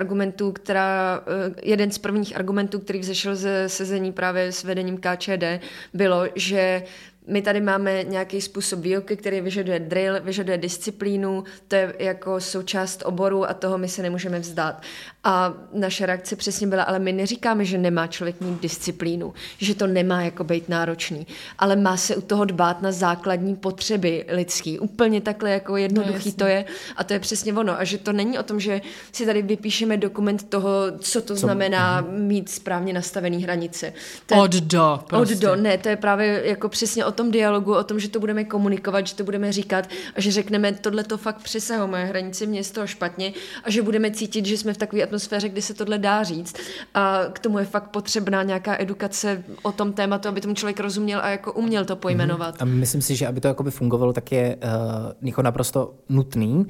argumentů, který vzešel ze sezení právě s vedením KČD, bylo, že my tady máme nějaký způsob výuky, který vyžaduje drill, vyžaduje disciplínu, to je jako součást oboru a toho my se nemůžeme vzdát. A naše reakce přesně byla, ale my neříkáme, že nemá člověk mít disciplínu, že to nemá jako být náročný, ale má se u toho dbát na základní potřeby lidský. Úplně takhle jako jednoduchý to je a to je přesně ono. A že to není o tom, že si tady vypíšeme dokument toho, co to znamená mít správně nastavený hranice. Od do. Ne, to je právě jako přesně o tom dialogu, o tom, že to budeme komunikovat, že to budeme říkat a že řekneme, tohle to fakt přesahuje moje hranice, mě je z toho špatně a že budeme cítit, že jsme v takové atmosféře, kdy se tohle dá říct. A k tomu je fakt potřebná nějaká edukace o tom tématu, aby tomu člověk rozuměl a jako uměl to pojmenovat. A myslím si, že aby to jakoby fungovalo, tak je jako naprosto nutný,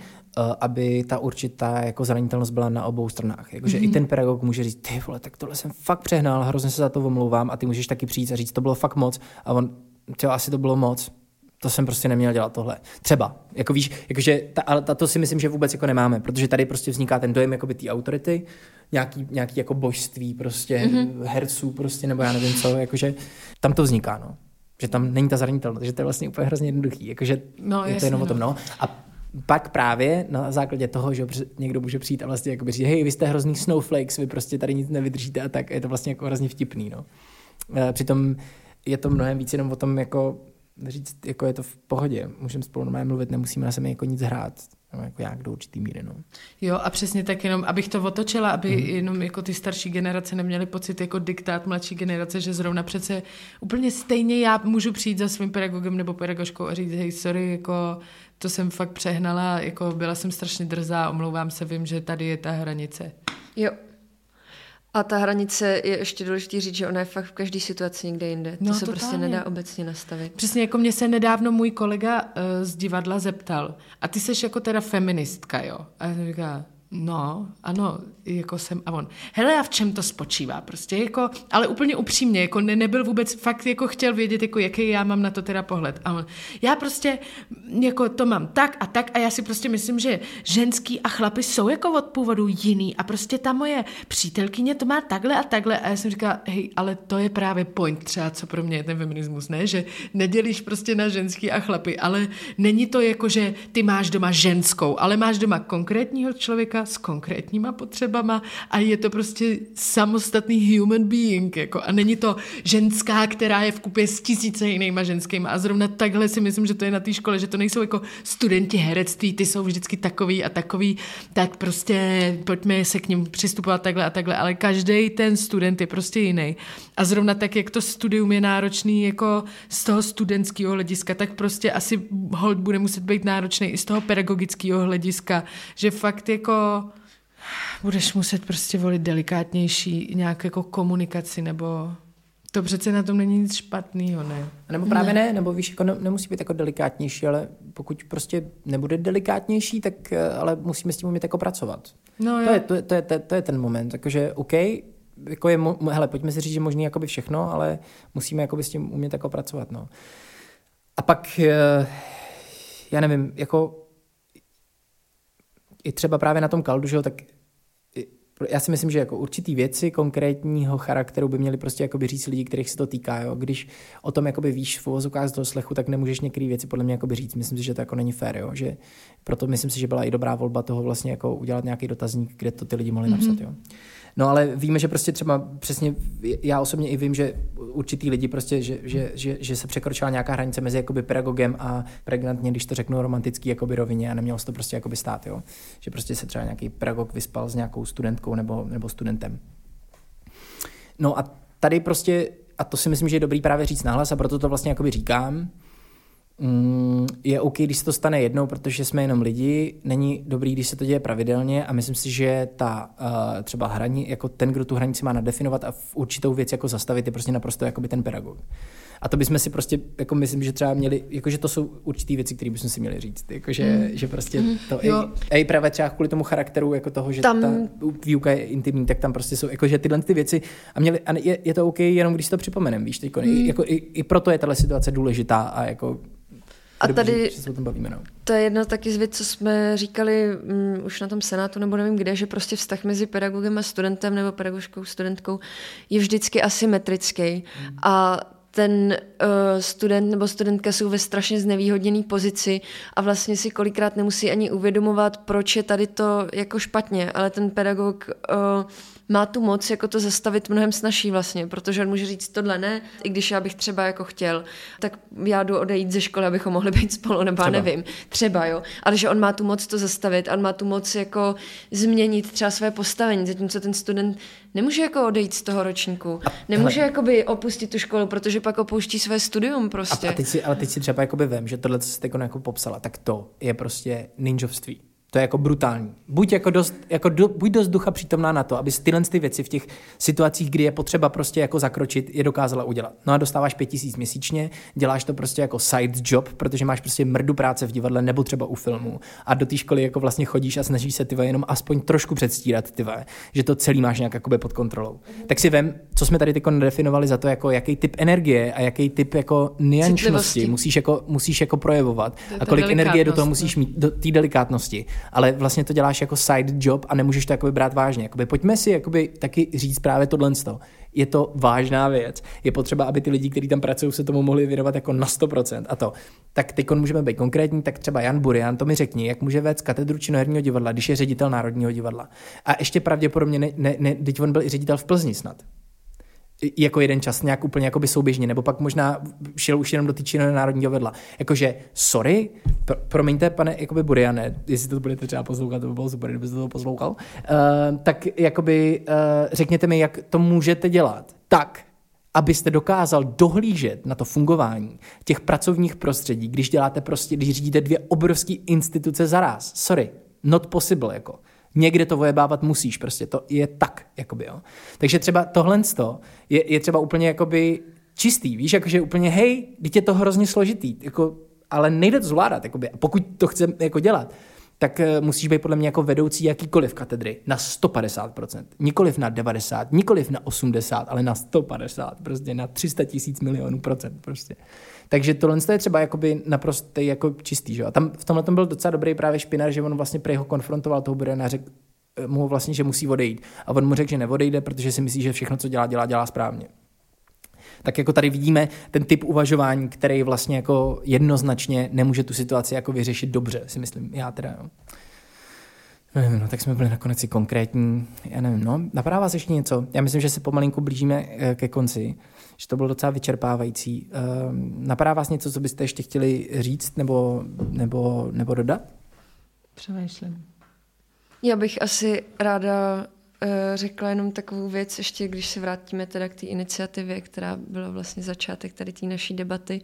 aby ta určitá jako zranitelnost byla na obou stranách. Jakože i ten pedagog může říct, ty vole, tak tohle jsem fakt přehnal, hrozně se za to omlouvám, a ty můžeš taky přijít a říct, to bylo fakt moc, a on, asi to bylo moc, to jsem prostě neměl dělat tohle. Třeba, jako víš, jakože ale to si myslím, že vůbec jako nemáme, protože tady prostě vzniká ten dojem jakoby té autority, nějaký jako božství prostě, herců prostě, nebo já nevím co, jakože tam to vzniká, no. Že tam není ta zranitelnost, že to je vlastně úplně hrozně jednoduchý, jakože je to jenom o tom, no. A pak právě na základě toho, že někdo může přijít a vlastně jakoby říct, hej, vy jste hrozný snowflakes, vy prostě tady nic nevydržíte a tak, je to vlastně jako hrozně vtipný, no. Přitom je to mnohem víc jenom o tom, jako říct, jako je to v pohodě, můžeme spolu normálně mluvit, nemusíme na sebe jako nic hrát, no, jako jak do určitý míry, no. Jo, a přesně tak jenom, abych to otočila, aby jenom jako ty starší generace neměly pocit jako diktát mladší generace, že zrovna přece úplně stejně já můžu přijít za svým pedagogem nebo pedagožkou a říct, hej, sorry, jako to jsem fakt přehnala, jako byla jsem strašně drzá, omlouvám se, vím, že tady je ta hranice. Jo. A ta hranice je ještě důležitý říct, že ona je fakt v každé situaci někde jinde. To se prostě nedá obecně nastavit. Přesně, jako mě se nedávno můj kolega z divadla zeptal, a ty seš jako teda feministka, jo? A já jsem říkala, no, ano, jako jsem, a on, hele, a v čem to spočívá? Prostě jako, ale úplně upřímně, jako nebyl vůbec, fakt jako chtěl vědět, jako jaký já mám na to teda pohled. A on, já prostě, jako to mám tak a já si prostě myslím, že ženský a chlapi jsou jako od původu jiný a prostě ta moje přítelkyně to má takhle a já jsem říkala, hej, ale to je právě point třeba, co pro mě je ten feminismus, ne? Že nedělíš prostě na ženský a chlapy, ale není to jako, že ty máš doma ženskou, ale máš doma konkrétního člověka s konkrétníma potřebama a je to prostě samostatný human being, jako, a není to ženská, která je v kupě s tisíce jinýma ženskýma, a zrovna takhle si myslím, že to je na té škole, že to nejsou jako studenti herectví, ty jsou vždycky takový a takový, tak prostě pojďme se k nim přistupovat takhle a takhle, ale každý ten student je prostě jiný. A zrovna tak, jak to studium je náročný jako z toho studentského hlediska, tak prostě asi holt bude muset být náročný i z toho pedagogického hlediska, že fakt jako budeš muset prostě volit delikátnější nějak jako komunikaci, nebo to přece na tom není nic špatného, ne? Nebo právě ne, nebo víš, jako nemusí být jako delikátnější, ale pokud prostě nebude delikátnější, tak ale musíme s tím umět jako pracovat. No jo. To je ten moment, jakože OK, jako je, hele, pojďme si říct, že možný jakoby všechno, ale musíme jakoby s tím umět jako pracovat, no. A pak, já nevím, jako i třeba právě na tom kaldu, že jo, tak já si myslím, že jako určitý věci konkrétního charakteru by měli prostě jakoby říct lidi, kterých se to týká, jo. Když o tom jakoby víš v uvozovkách z toho slechu, tak nemůžeš některé věci podle mě jakoby říct. Myslím si, že to jako není fér, jo. Že proto myslím si, že byla i dobrá volba toho vlastně jako udělat nějaký dotazník, kde to ty lidi mohli napsat, jo. No ale víme, že prostě třeba přesně, já osobně i vím, že určitý lidi prostě, že se překročila nějaká hranice mezi jakoby pedagogem a pregnantně, když to řeknu romantický jakoby rovině, a nemělo se to prostě jakoby stát, jo. Že prostě se třeba nějaký pedagog vyspal s nějakou studentkou nebo studentem. No a tady prostě, a to si myslím, že je dobrý právě říct nahlas, a proto to vlastně jakoby říkám, je OK, když se to stane jednou, protože jsme jenom lidi, není dobrý, když se to děje pravidelně a myslím si, že ta třeba jako ten, kdo tu hranici má nadefinovat a v určitou věc jako zastavit, je prostě naprosto jakoby ten pedagog. A to bychom si prostě, jako myslím, že třeba měli, jakože to jsou určitý věci, které bychom si měli říct. Jakože, že prostě to, i právě třeba kvůli tomu charakteru, jako toho, že tam... ta výuka je intimní, tak tam prostě jsou, jakože tyhle ty věci, a je to OK, jenom když si to připomenem, víš, teďko, jako i proto je tahle situace důležitá a jako... A tady se o tom bavíme, no. To je jedno taky z věc, co jsme říkali už na tom senátu, nebo nevím kde, že prostě vztah mezi pedagogem a studentem nebo pedagožkou, studentkou je vždycky asymetrický. A ten student nebo studentka jsou ve strašně znevýhodněné pozici a vlastně si kolikrát nemusí ani uvědomovat, proč je tady to jako špatně, ale ten pedagog má tu moc jako to zastavit mnohem snazší vlastně, protože on může říct tohle ne, i když já bych třeba jako chtěl, tak já jdu odejít ze školy, abychom mohli být spolu, nebo já nevím, třeba jo, ale že on má tu moc to zastavit, on má tu moc jako změnit třeba své postavení, zatímco ten student nemůže jako odejít z toho ročníku, nemůže jakoby opustit tu školu, protože pak opouští své studium prostě. Ale teď si třeba jakoby vem, že tohle, co jsi jako popsala, tak to je prostě ninjovství. To je jako brutální. Buď dost ducha přítomná na to, aby tyhle ty věci v těch situacích, kdy je potřeba prostě jako zakročit, je dokázala udělat. No a dostáváš 5 000 měsíčně, děláš to prostě jako side job, protože máš prostě mrdu práce v divadle nebo třeba u filmu a do té školy jako vlastně chodíš a snažíš se jenom aspoň trošku předstírat že to celý máš nějak jakoby pod kontrolou. Tak si vem, co jsme tady teď nedefinovali za to, jako jaký typ energie a jaký typ jako niančnosti musíš jako projevovat a kolik energie do toho musíš mít, do té delikátnosti. Ale vlastně to děláš jako side job a nemůžeš to jakoby brát vážně. Jakoby pojďme si jakoby taky říct právě tohle. Je to vážná věc. Je potřeba, aby ty lidi, kteří tam pracují, se tomu mohli věnovat jako na 100%. A to. Tak teď můžeme být konkrétní, tak třeba Jan Burian, to mi řekni, jak může vést katedru činoherního divadla, když je ředitel Národního divadla. A ještě pravděpodobně teď on byl i ředitel v Plzni snad. Jako jeden čas nějak úplně jakoby souběžně, nebo pak možná šel už jenom do té činoherního Národního divadla. Jakože, sorry, promiňte, pane jakoby Buriane, jestli to budete třeba poslouchat, to by bylo super, kdybyste to poslouchal, tak jakoby řekněte mi, jak to můžete dělat tak, abyste dokázal dohlížet na to fungování těch pracovních prostředí, když řídíte 2 obrovské instituce zaráz. Sorry, not possible, jako. Někde to vojebávat musíš, prostě to je tak, jakoby, jo. Takže třeba tohle je třeba úplně jakoby čistý, víš, jakože úplně hej, teď je to hrozně složitý, jako, ale nejde to zvládat, jakoby, a pokud to chceme jako dělat, tak musíš být podle mě jako vedoucí jakýkoliv katedry na 150%, nikoliv na 90%, nikoliv na 80%, ale na 150%, prostě na 300 000 milionů procent, prostě. Takže tohle je třeba jakoby naprosto jako čistý, že? A tam v tomhle tom byl docela dobrý právě Špinár, že on vlastně prej ho konfrontoval toho Buriana a řekl mu vlastně, že musí odejít. A on mu řekl, že neodejde, protože si myslí, že všechno, co dělá správně. Tak jako tady vidíme ten typ uvažování, který vlastně jako jednoznačně nemůže tu situaci jako vyřešit dobře, si myslím. Já teda, jo. Nevím, no, tak jsme byli nakonec i konkrétní. Já nevím, no, napadá vás ještě něco? Já myslím, že se pomalinku blížíme ke konci, že to bylo docela vyčerpávající. Napadá vás něco, co byste ještě chtěli říct nebo dodat? Přemýšlím. Já bych asi ráda řekla jenom takovou věc, ještě když se vrátíme teda k té iniciativě, která byla vlastně začátek tady té naší debaty,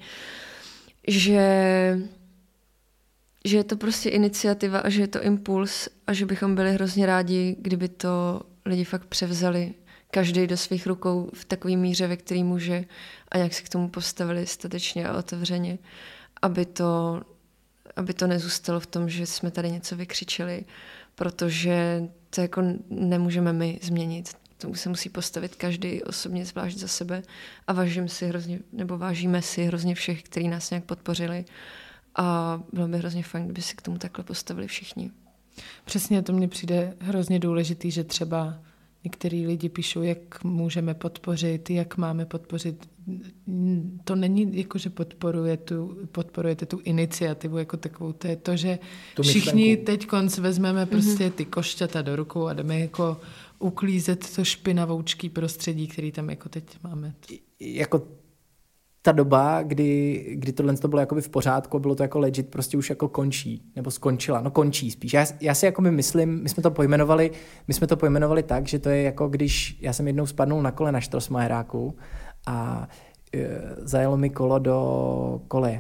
že je to prostě iniciativa a že je to impuls a že bychom byli hrozně rádi, kdyby to lidi fakt převzali každý do svých rukou v takové míře, ve který může a nějak se k tomu postavili statečně a otevřeně, aby to nezůstalo v tom, že jsme tady něco vykřičeli, protože to jako nemůžeme my změnit. Tomu se musí postavit každý osobně zvlášť za sebe a vážíme si hrozně všech, kteří nás nějak podpořili a bylo by hrozně fajn, kdyby si k tomu takhle postavili všichni. Přesně, to mně přijde hrozně důležitý, že třeba některý lidi píšou, jak můžeme podpořit, jak máme podpořit. To není jako, že podporujete tu iniciativu jako takovou. To je to, že všichni teď vezmeme prostě ty košťata do rukou a jdeme jako uklízet to špinavoučký prostředí, který tam jako teď máme. Jako ta doba, kdy tohle to bylo jakoby v pořádku, bylo to jako legit, prostě už jako končí, nebo skončila, no končí spíš. Já si jakoby myslím, my jsme to pojmenovali tak, že to je jako když já jsem jednou spadnul na kole na Štrosmajeráku a zajelo mi kolo do koleje.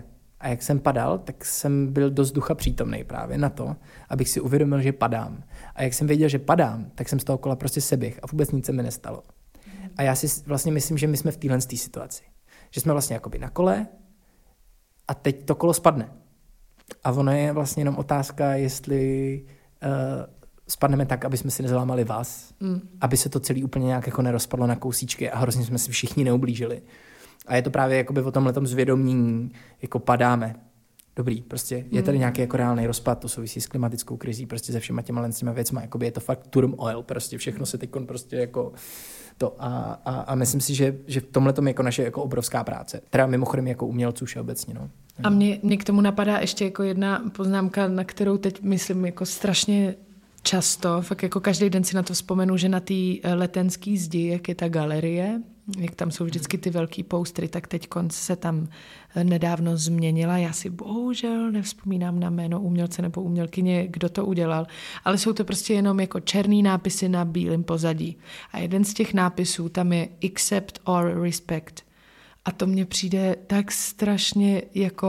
A jak jsem padal, tak jsem byl dost ducha přítomnej právě na to, abych si uvědomil, že padám. A jak jsem věděl, že padám, tak jsem z toho kola prostě seběh a vůbec nic se mi nestalo. A já si vlastně myslím, že my jsme v téhle situaci. Že jsme vlastně jakoby na kole a teď to kolo spadne. A ono je vlastně jenom otázka, jestli spadneme tak, aby jsme si nezlámali vás, aby se to celé úplně nějak jako nerozpadlo na kousíčky a hrozně jsme si všichni neublížili. A je to právě jakoby o tomhletom zvědomění, jako padáme. Dobrý, prostě je tady nějaký jako reálný rozpad, to souvisí s klimatickou krizí, prostě se všema těma věcma, jakoby je to fakt turmoil, prostě všechno se teďkon prostě jako to a myslím si, že v tomhletom je jako naše jako obrovská práce. Teda mimochodem jako umělců všeobecně, no. A mě k tomu napadá ještě jako jedna poznámka, na kterou teď myslím jako strašně často, fakt jako každý den si na to vzpomenu, že na té Letenské zdi, jak je ta galerie, jak tam jsou vždycky ty velký poustry, tak teď se tam nedávno změnila. Já si bohužel nevzpomínám na jméno umělce nebo umělkyně, kdo to udělal, ale jsou to prostě jenom jako černý nápisy na bílém pozadí. A jeden z těch nápisů tam je accept or respect. A to mně přijde tak strašně jako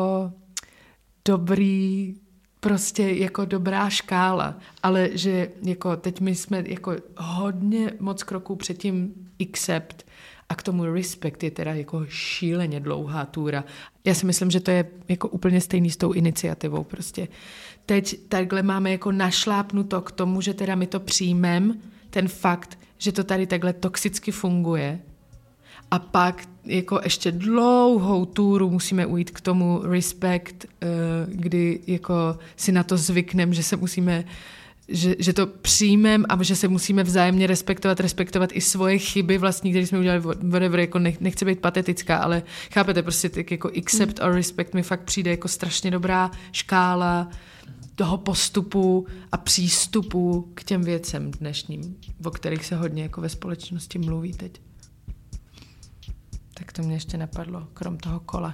dobrý, prostě jako dobrá škála, ale že jako teď my jsme jako hodně moc kroků před tím accept a k tomu respect je teda jako šíleně dlouhá túra. Já si myslím, že to je jako úplně stejný s tou iniciativou prostě. Teď takhle máme jako našlápnuto k tomu, že teda my to přijmeme, ten fakt, že to tady takhle toxicky funguje a pak jako ještě dlouhou túru musíme ujít k tomu respect, kdy jako si na to zvykneme, že se musíme, že to přijmeme a že se musíme vzájemně respektovat i svoje chyby vlastní, které jsme udělali whatever, jako nechci být patetická, ale chápete, prostě tak jako accept or respect mi fakt přijde jako strašně dobrá škála toho postupu a přístupu k těm věcem dnešním, o kterých se hodně jako ve společnosti mluví teď. Tak to mě ještě napadlo, krom toho kola.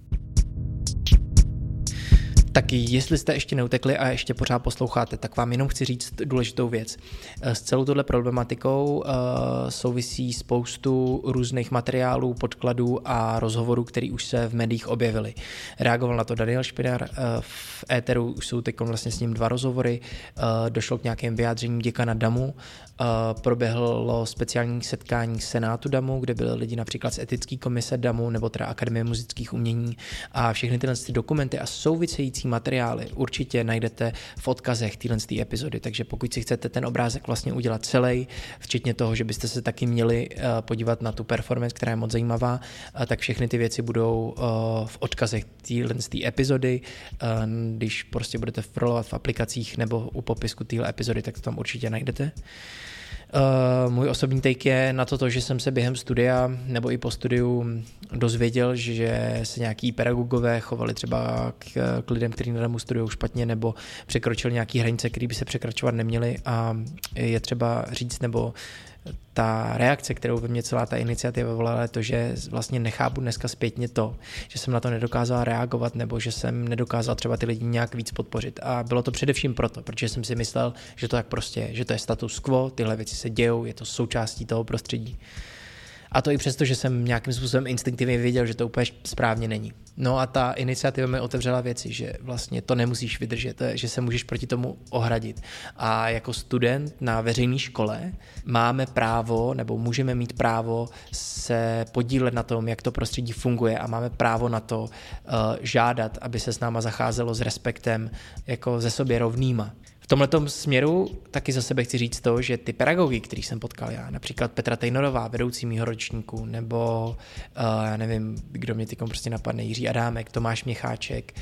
Tak jestli jste ještě neutekli a ještě pořád posloucháte, tak vám jenom chci říct důležitou věc. S celou touhle problematikou souvisí spoustu různých materiálů, podkladů a rozhovorů, které už se v médiích objevily. Reagoval na to Daniel Špidar, v éteru už jsou teď vlastně s ním 2 rozhovory, došlo k nějakým vyjádřením děkana DAMu, proběhlo speciální setkání Senátu DAMu, kde byli lidi například z etické komise DAMu nebo teda Akademie muzických umění a všechny tyhle dokumenty a související materiály určitě najdete v odkazech téhle epizody, takže pokud si chcete ten obrázek vlastně udělat celý, včetně toho, že byste se taky měli podívat na tu performance, která je moc zajímavá, tak všechny ty věci budou v odkazech téhle epizody. Když prostě budete scrollovat v aplikacích nebo u popisku téhle epizody, tak to tam určitě najdete. Můj osobní take je na to, že jsem se během studia nebo i po studiu dozvěděl, že se nějaký pedagogové chovali třeba k lidem, kteří na DAMu studují špatně nebo překročili nějaký hranice, které by se překračovat neměly a je třeba říct nebo ta reakce, kterou ve mně celá ta iniciativa volala, je to, že vlastně nechápu dneska zpětně to, že jsem na to nedokázal reagovat nebo že jsem nedokázal třeba ty lidi nějak víc podpořit. A bylo to především proto, protože jsem si myslel, že to tak prostě je, že to je status quo, tyhle věci se dějou, je to součástí toho prostředí. A to i přesto, že jsem nějakým způsobem instinktivně věděl, že to úplně správně není. No a ta iniciativa mi otevřela věci, že vlastně to nemusíš vydržet, že se můžeš proti tomu ohradit. A jako student na veřejné škole máme právo, nebo můžeme mít právo se podílet na tom, jak to prostředí funguje a máme právo na to žádat, aby se s náma zacházelo s respektem jako ze sobě rovnýma. V tomhletom směru taky za sebe chci říct to, že ty pedagogy, který jsem potkal já, například Petra Tejnorová, vedoucí mýho ročníku, nebo já nevím, kdo mě tykom prostě napadne, Jiří Adámek, Tomáš Měcháček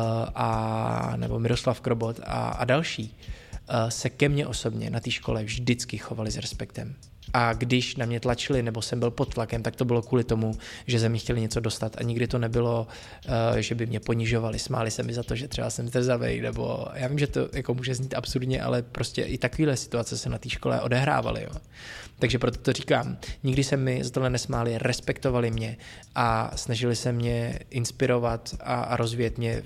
a nebo Miroslav Krobot a další, se ke mně osobně na té škole vždycky chovali s respektem. A když na mě tlačili, nebo jsem byl pod tlakem, tak to bylo kvůli tomu, že ze mě chtěli něco dostat. A nikdy to nebylo, že by mě ponižovali, smáli se mi za to, že třeba jsem zrzavej, nebo já vím, že to jako může znít absurdně, ale prostě i takovéhle situace se na té škole odehrávaly. Jo. Takže proto to říkám. Nikdy se mi za tohle nesmáli, respektovali mě a snažili se mě inspirovat a rozvíjet mě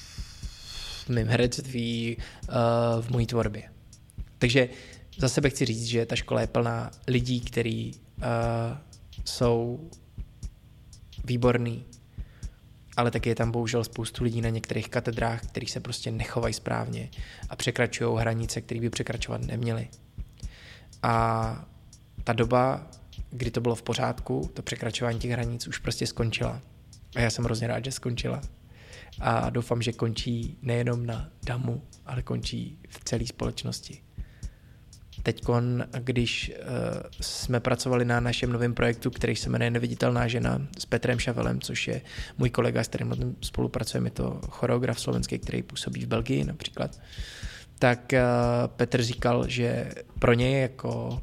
v mém herectví, v mojí tvorbě. Takže za sebe chci říct, že ta škola je plná lidí, kteří jsou výborní ale taky je tam bohužel spoustu lidí na některých katedrách, kteří se prostě nechovají správně a překračují hranice, které by překračovat neměli. A ta doba, kdy to bylo v pořádku, to překračování těch hranic už prostě skončila. A já jsem hrozně rád, že skončila. A doufám, že končí nejenom na DAMu, ale končí v celé společnosti. Teďkon, když jsme pracovali na našem novém projektu, který se jmenuje Neviditelná žena s Petrem Šavelem, což je můj kolega, s kterým spolupracujeme, je to choreograf slovenský, který působí v Belgii například, tak Petr říkal, že pro něj jako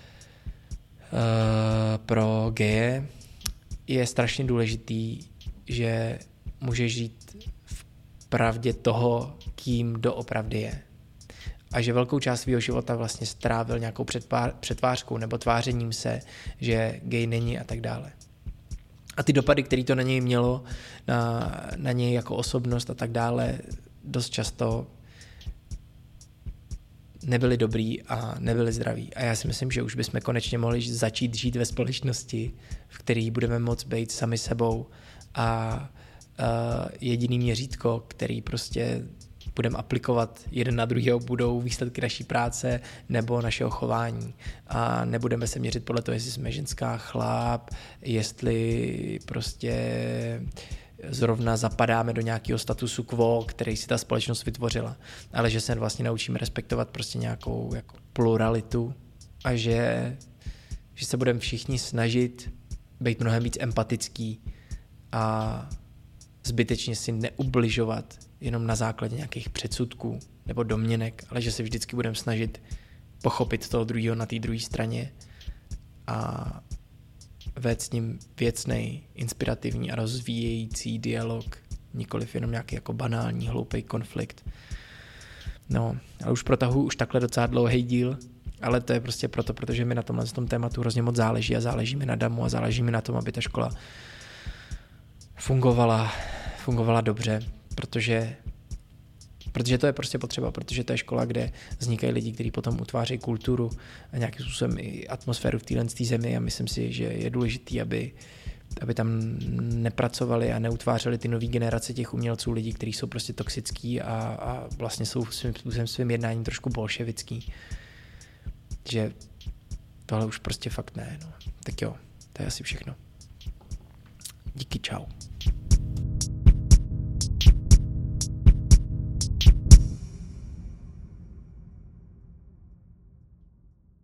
pro geje je strašně důležitý, že může žít v pravdě toho, kým doopravdy je. A že velkou část svého života vlastně strávil nějakou přetvářkou nebo tvářením se, že gay není a tak dále. A ty dopady, které to na něj mělo, na něj jako osobnost a tak dále, dost často nebyly dobrý a nebyly zdraví. A já si myslím, že už bychom konečně mohli začít žít ve společnosti, v které budeme moct být sami sebou a jediný měřítko, který prostě budeme aplikovat jeden na druhého, budou výsledky naší práce nebo našeho chování. A nebudeme se měřit podle toho, jestli jsme ženská, chlap, jestli prostě zrovna zapadáme do nějakého statusu quo, který si ta společnost vytvořila. Ale že se vlastně naučíme respektovat prostě nějakou jako pluralitu a že se budeme všichni snažit být mnohem víc empatický a zbytečně si neubližovat jenom na základě nějakých předsudků nebo domněnek, ale že se vždycky budeme snažit pochopit toho druhého na té druhé straně a vést s ním věcnej, inspirativní a rozvíjející dialog, nikoliv jenom nějaký jako banální, hloupý konflikt. No, ale už protahuji už takhle docela dlouhý díl, ale to je prostě proto, protože mi na tomhle tématu hrozně moc záleží a záleží mi na DAMu a záleží mi na tom, aby ta škola fungovala dobře, protože to je prostě potřeba, protože to je škola, kde vznikají lidi, kteří potom utvářejí kulturu a nějakým způsobem i atmosféru v téhle zemi a myslím si, že je důležitý, aby tam nepracovali a neutvářeli ty nové generace těch umělců, lidí, kteří jsou prostě toxický a vlastně jsou svým jednáním trošku bolševický. Že tohle už prostě fakt ne. No. Tak jo, to je asi všechno. Díky, čau.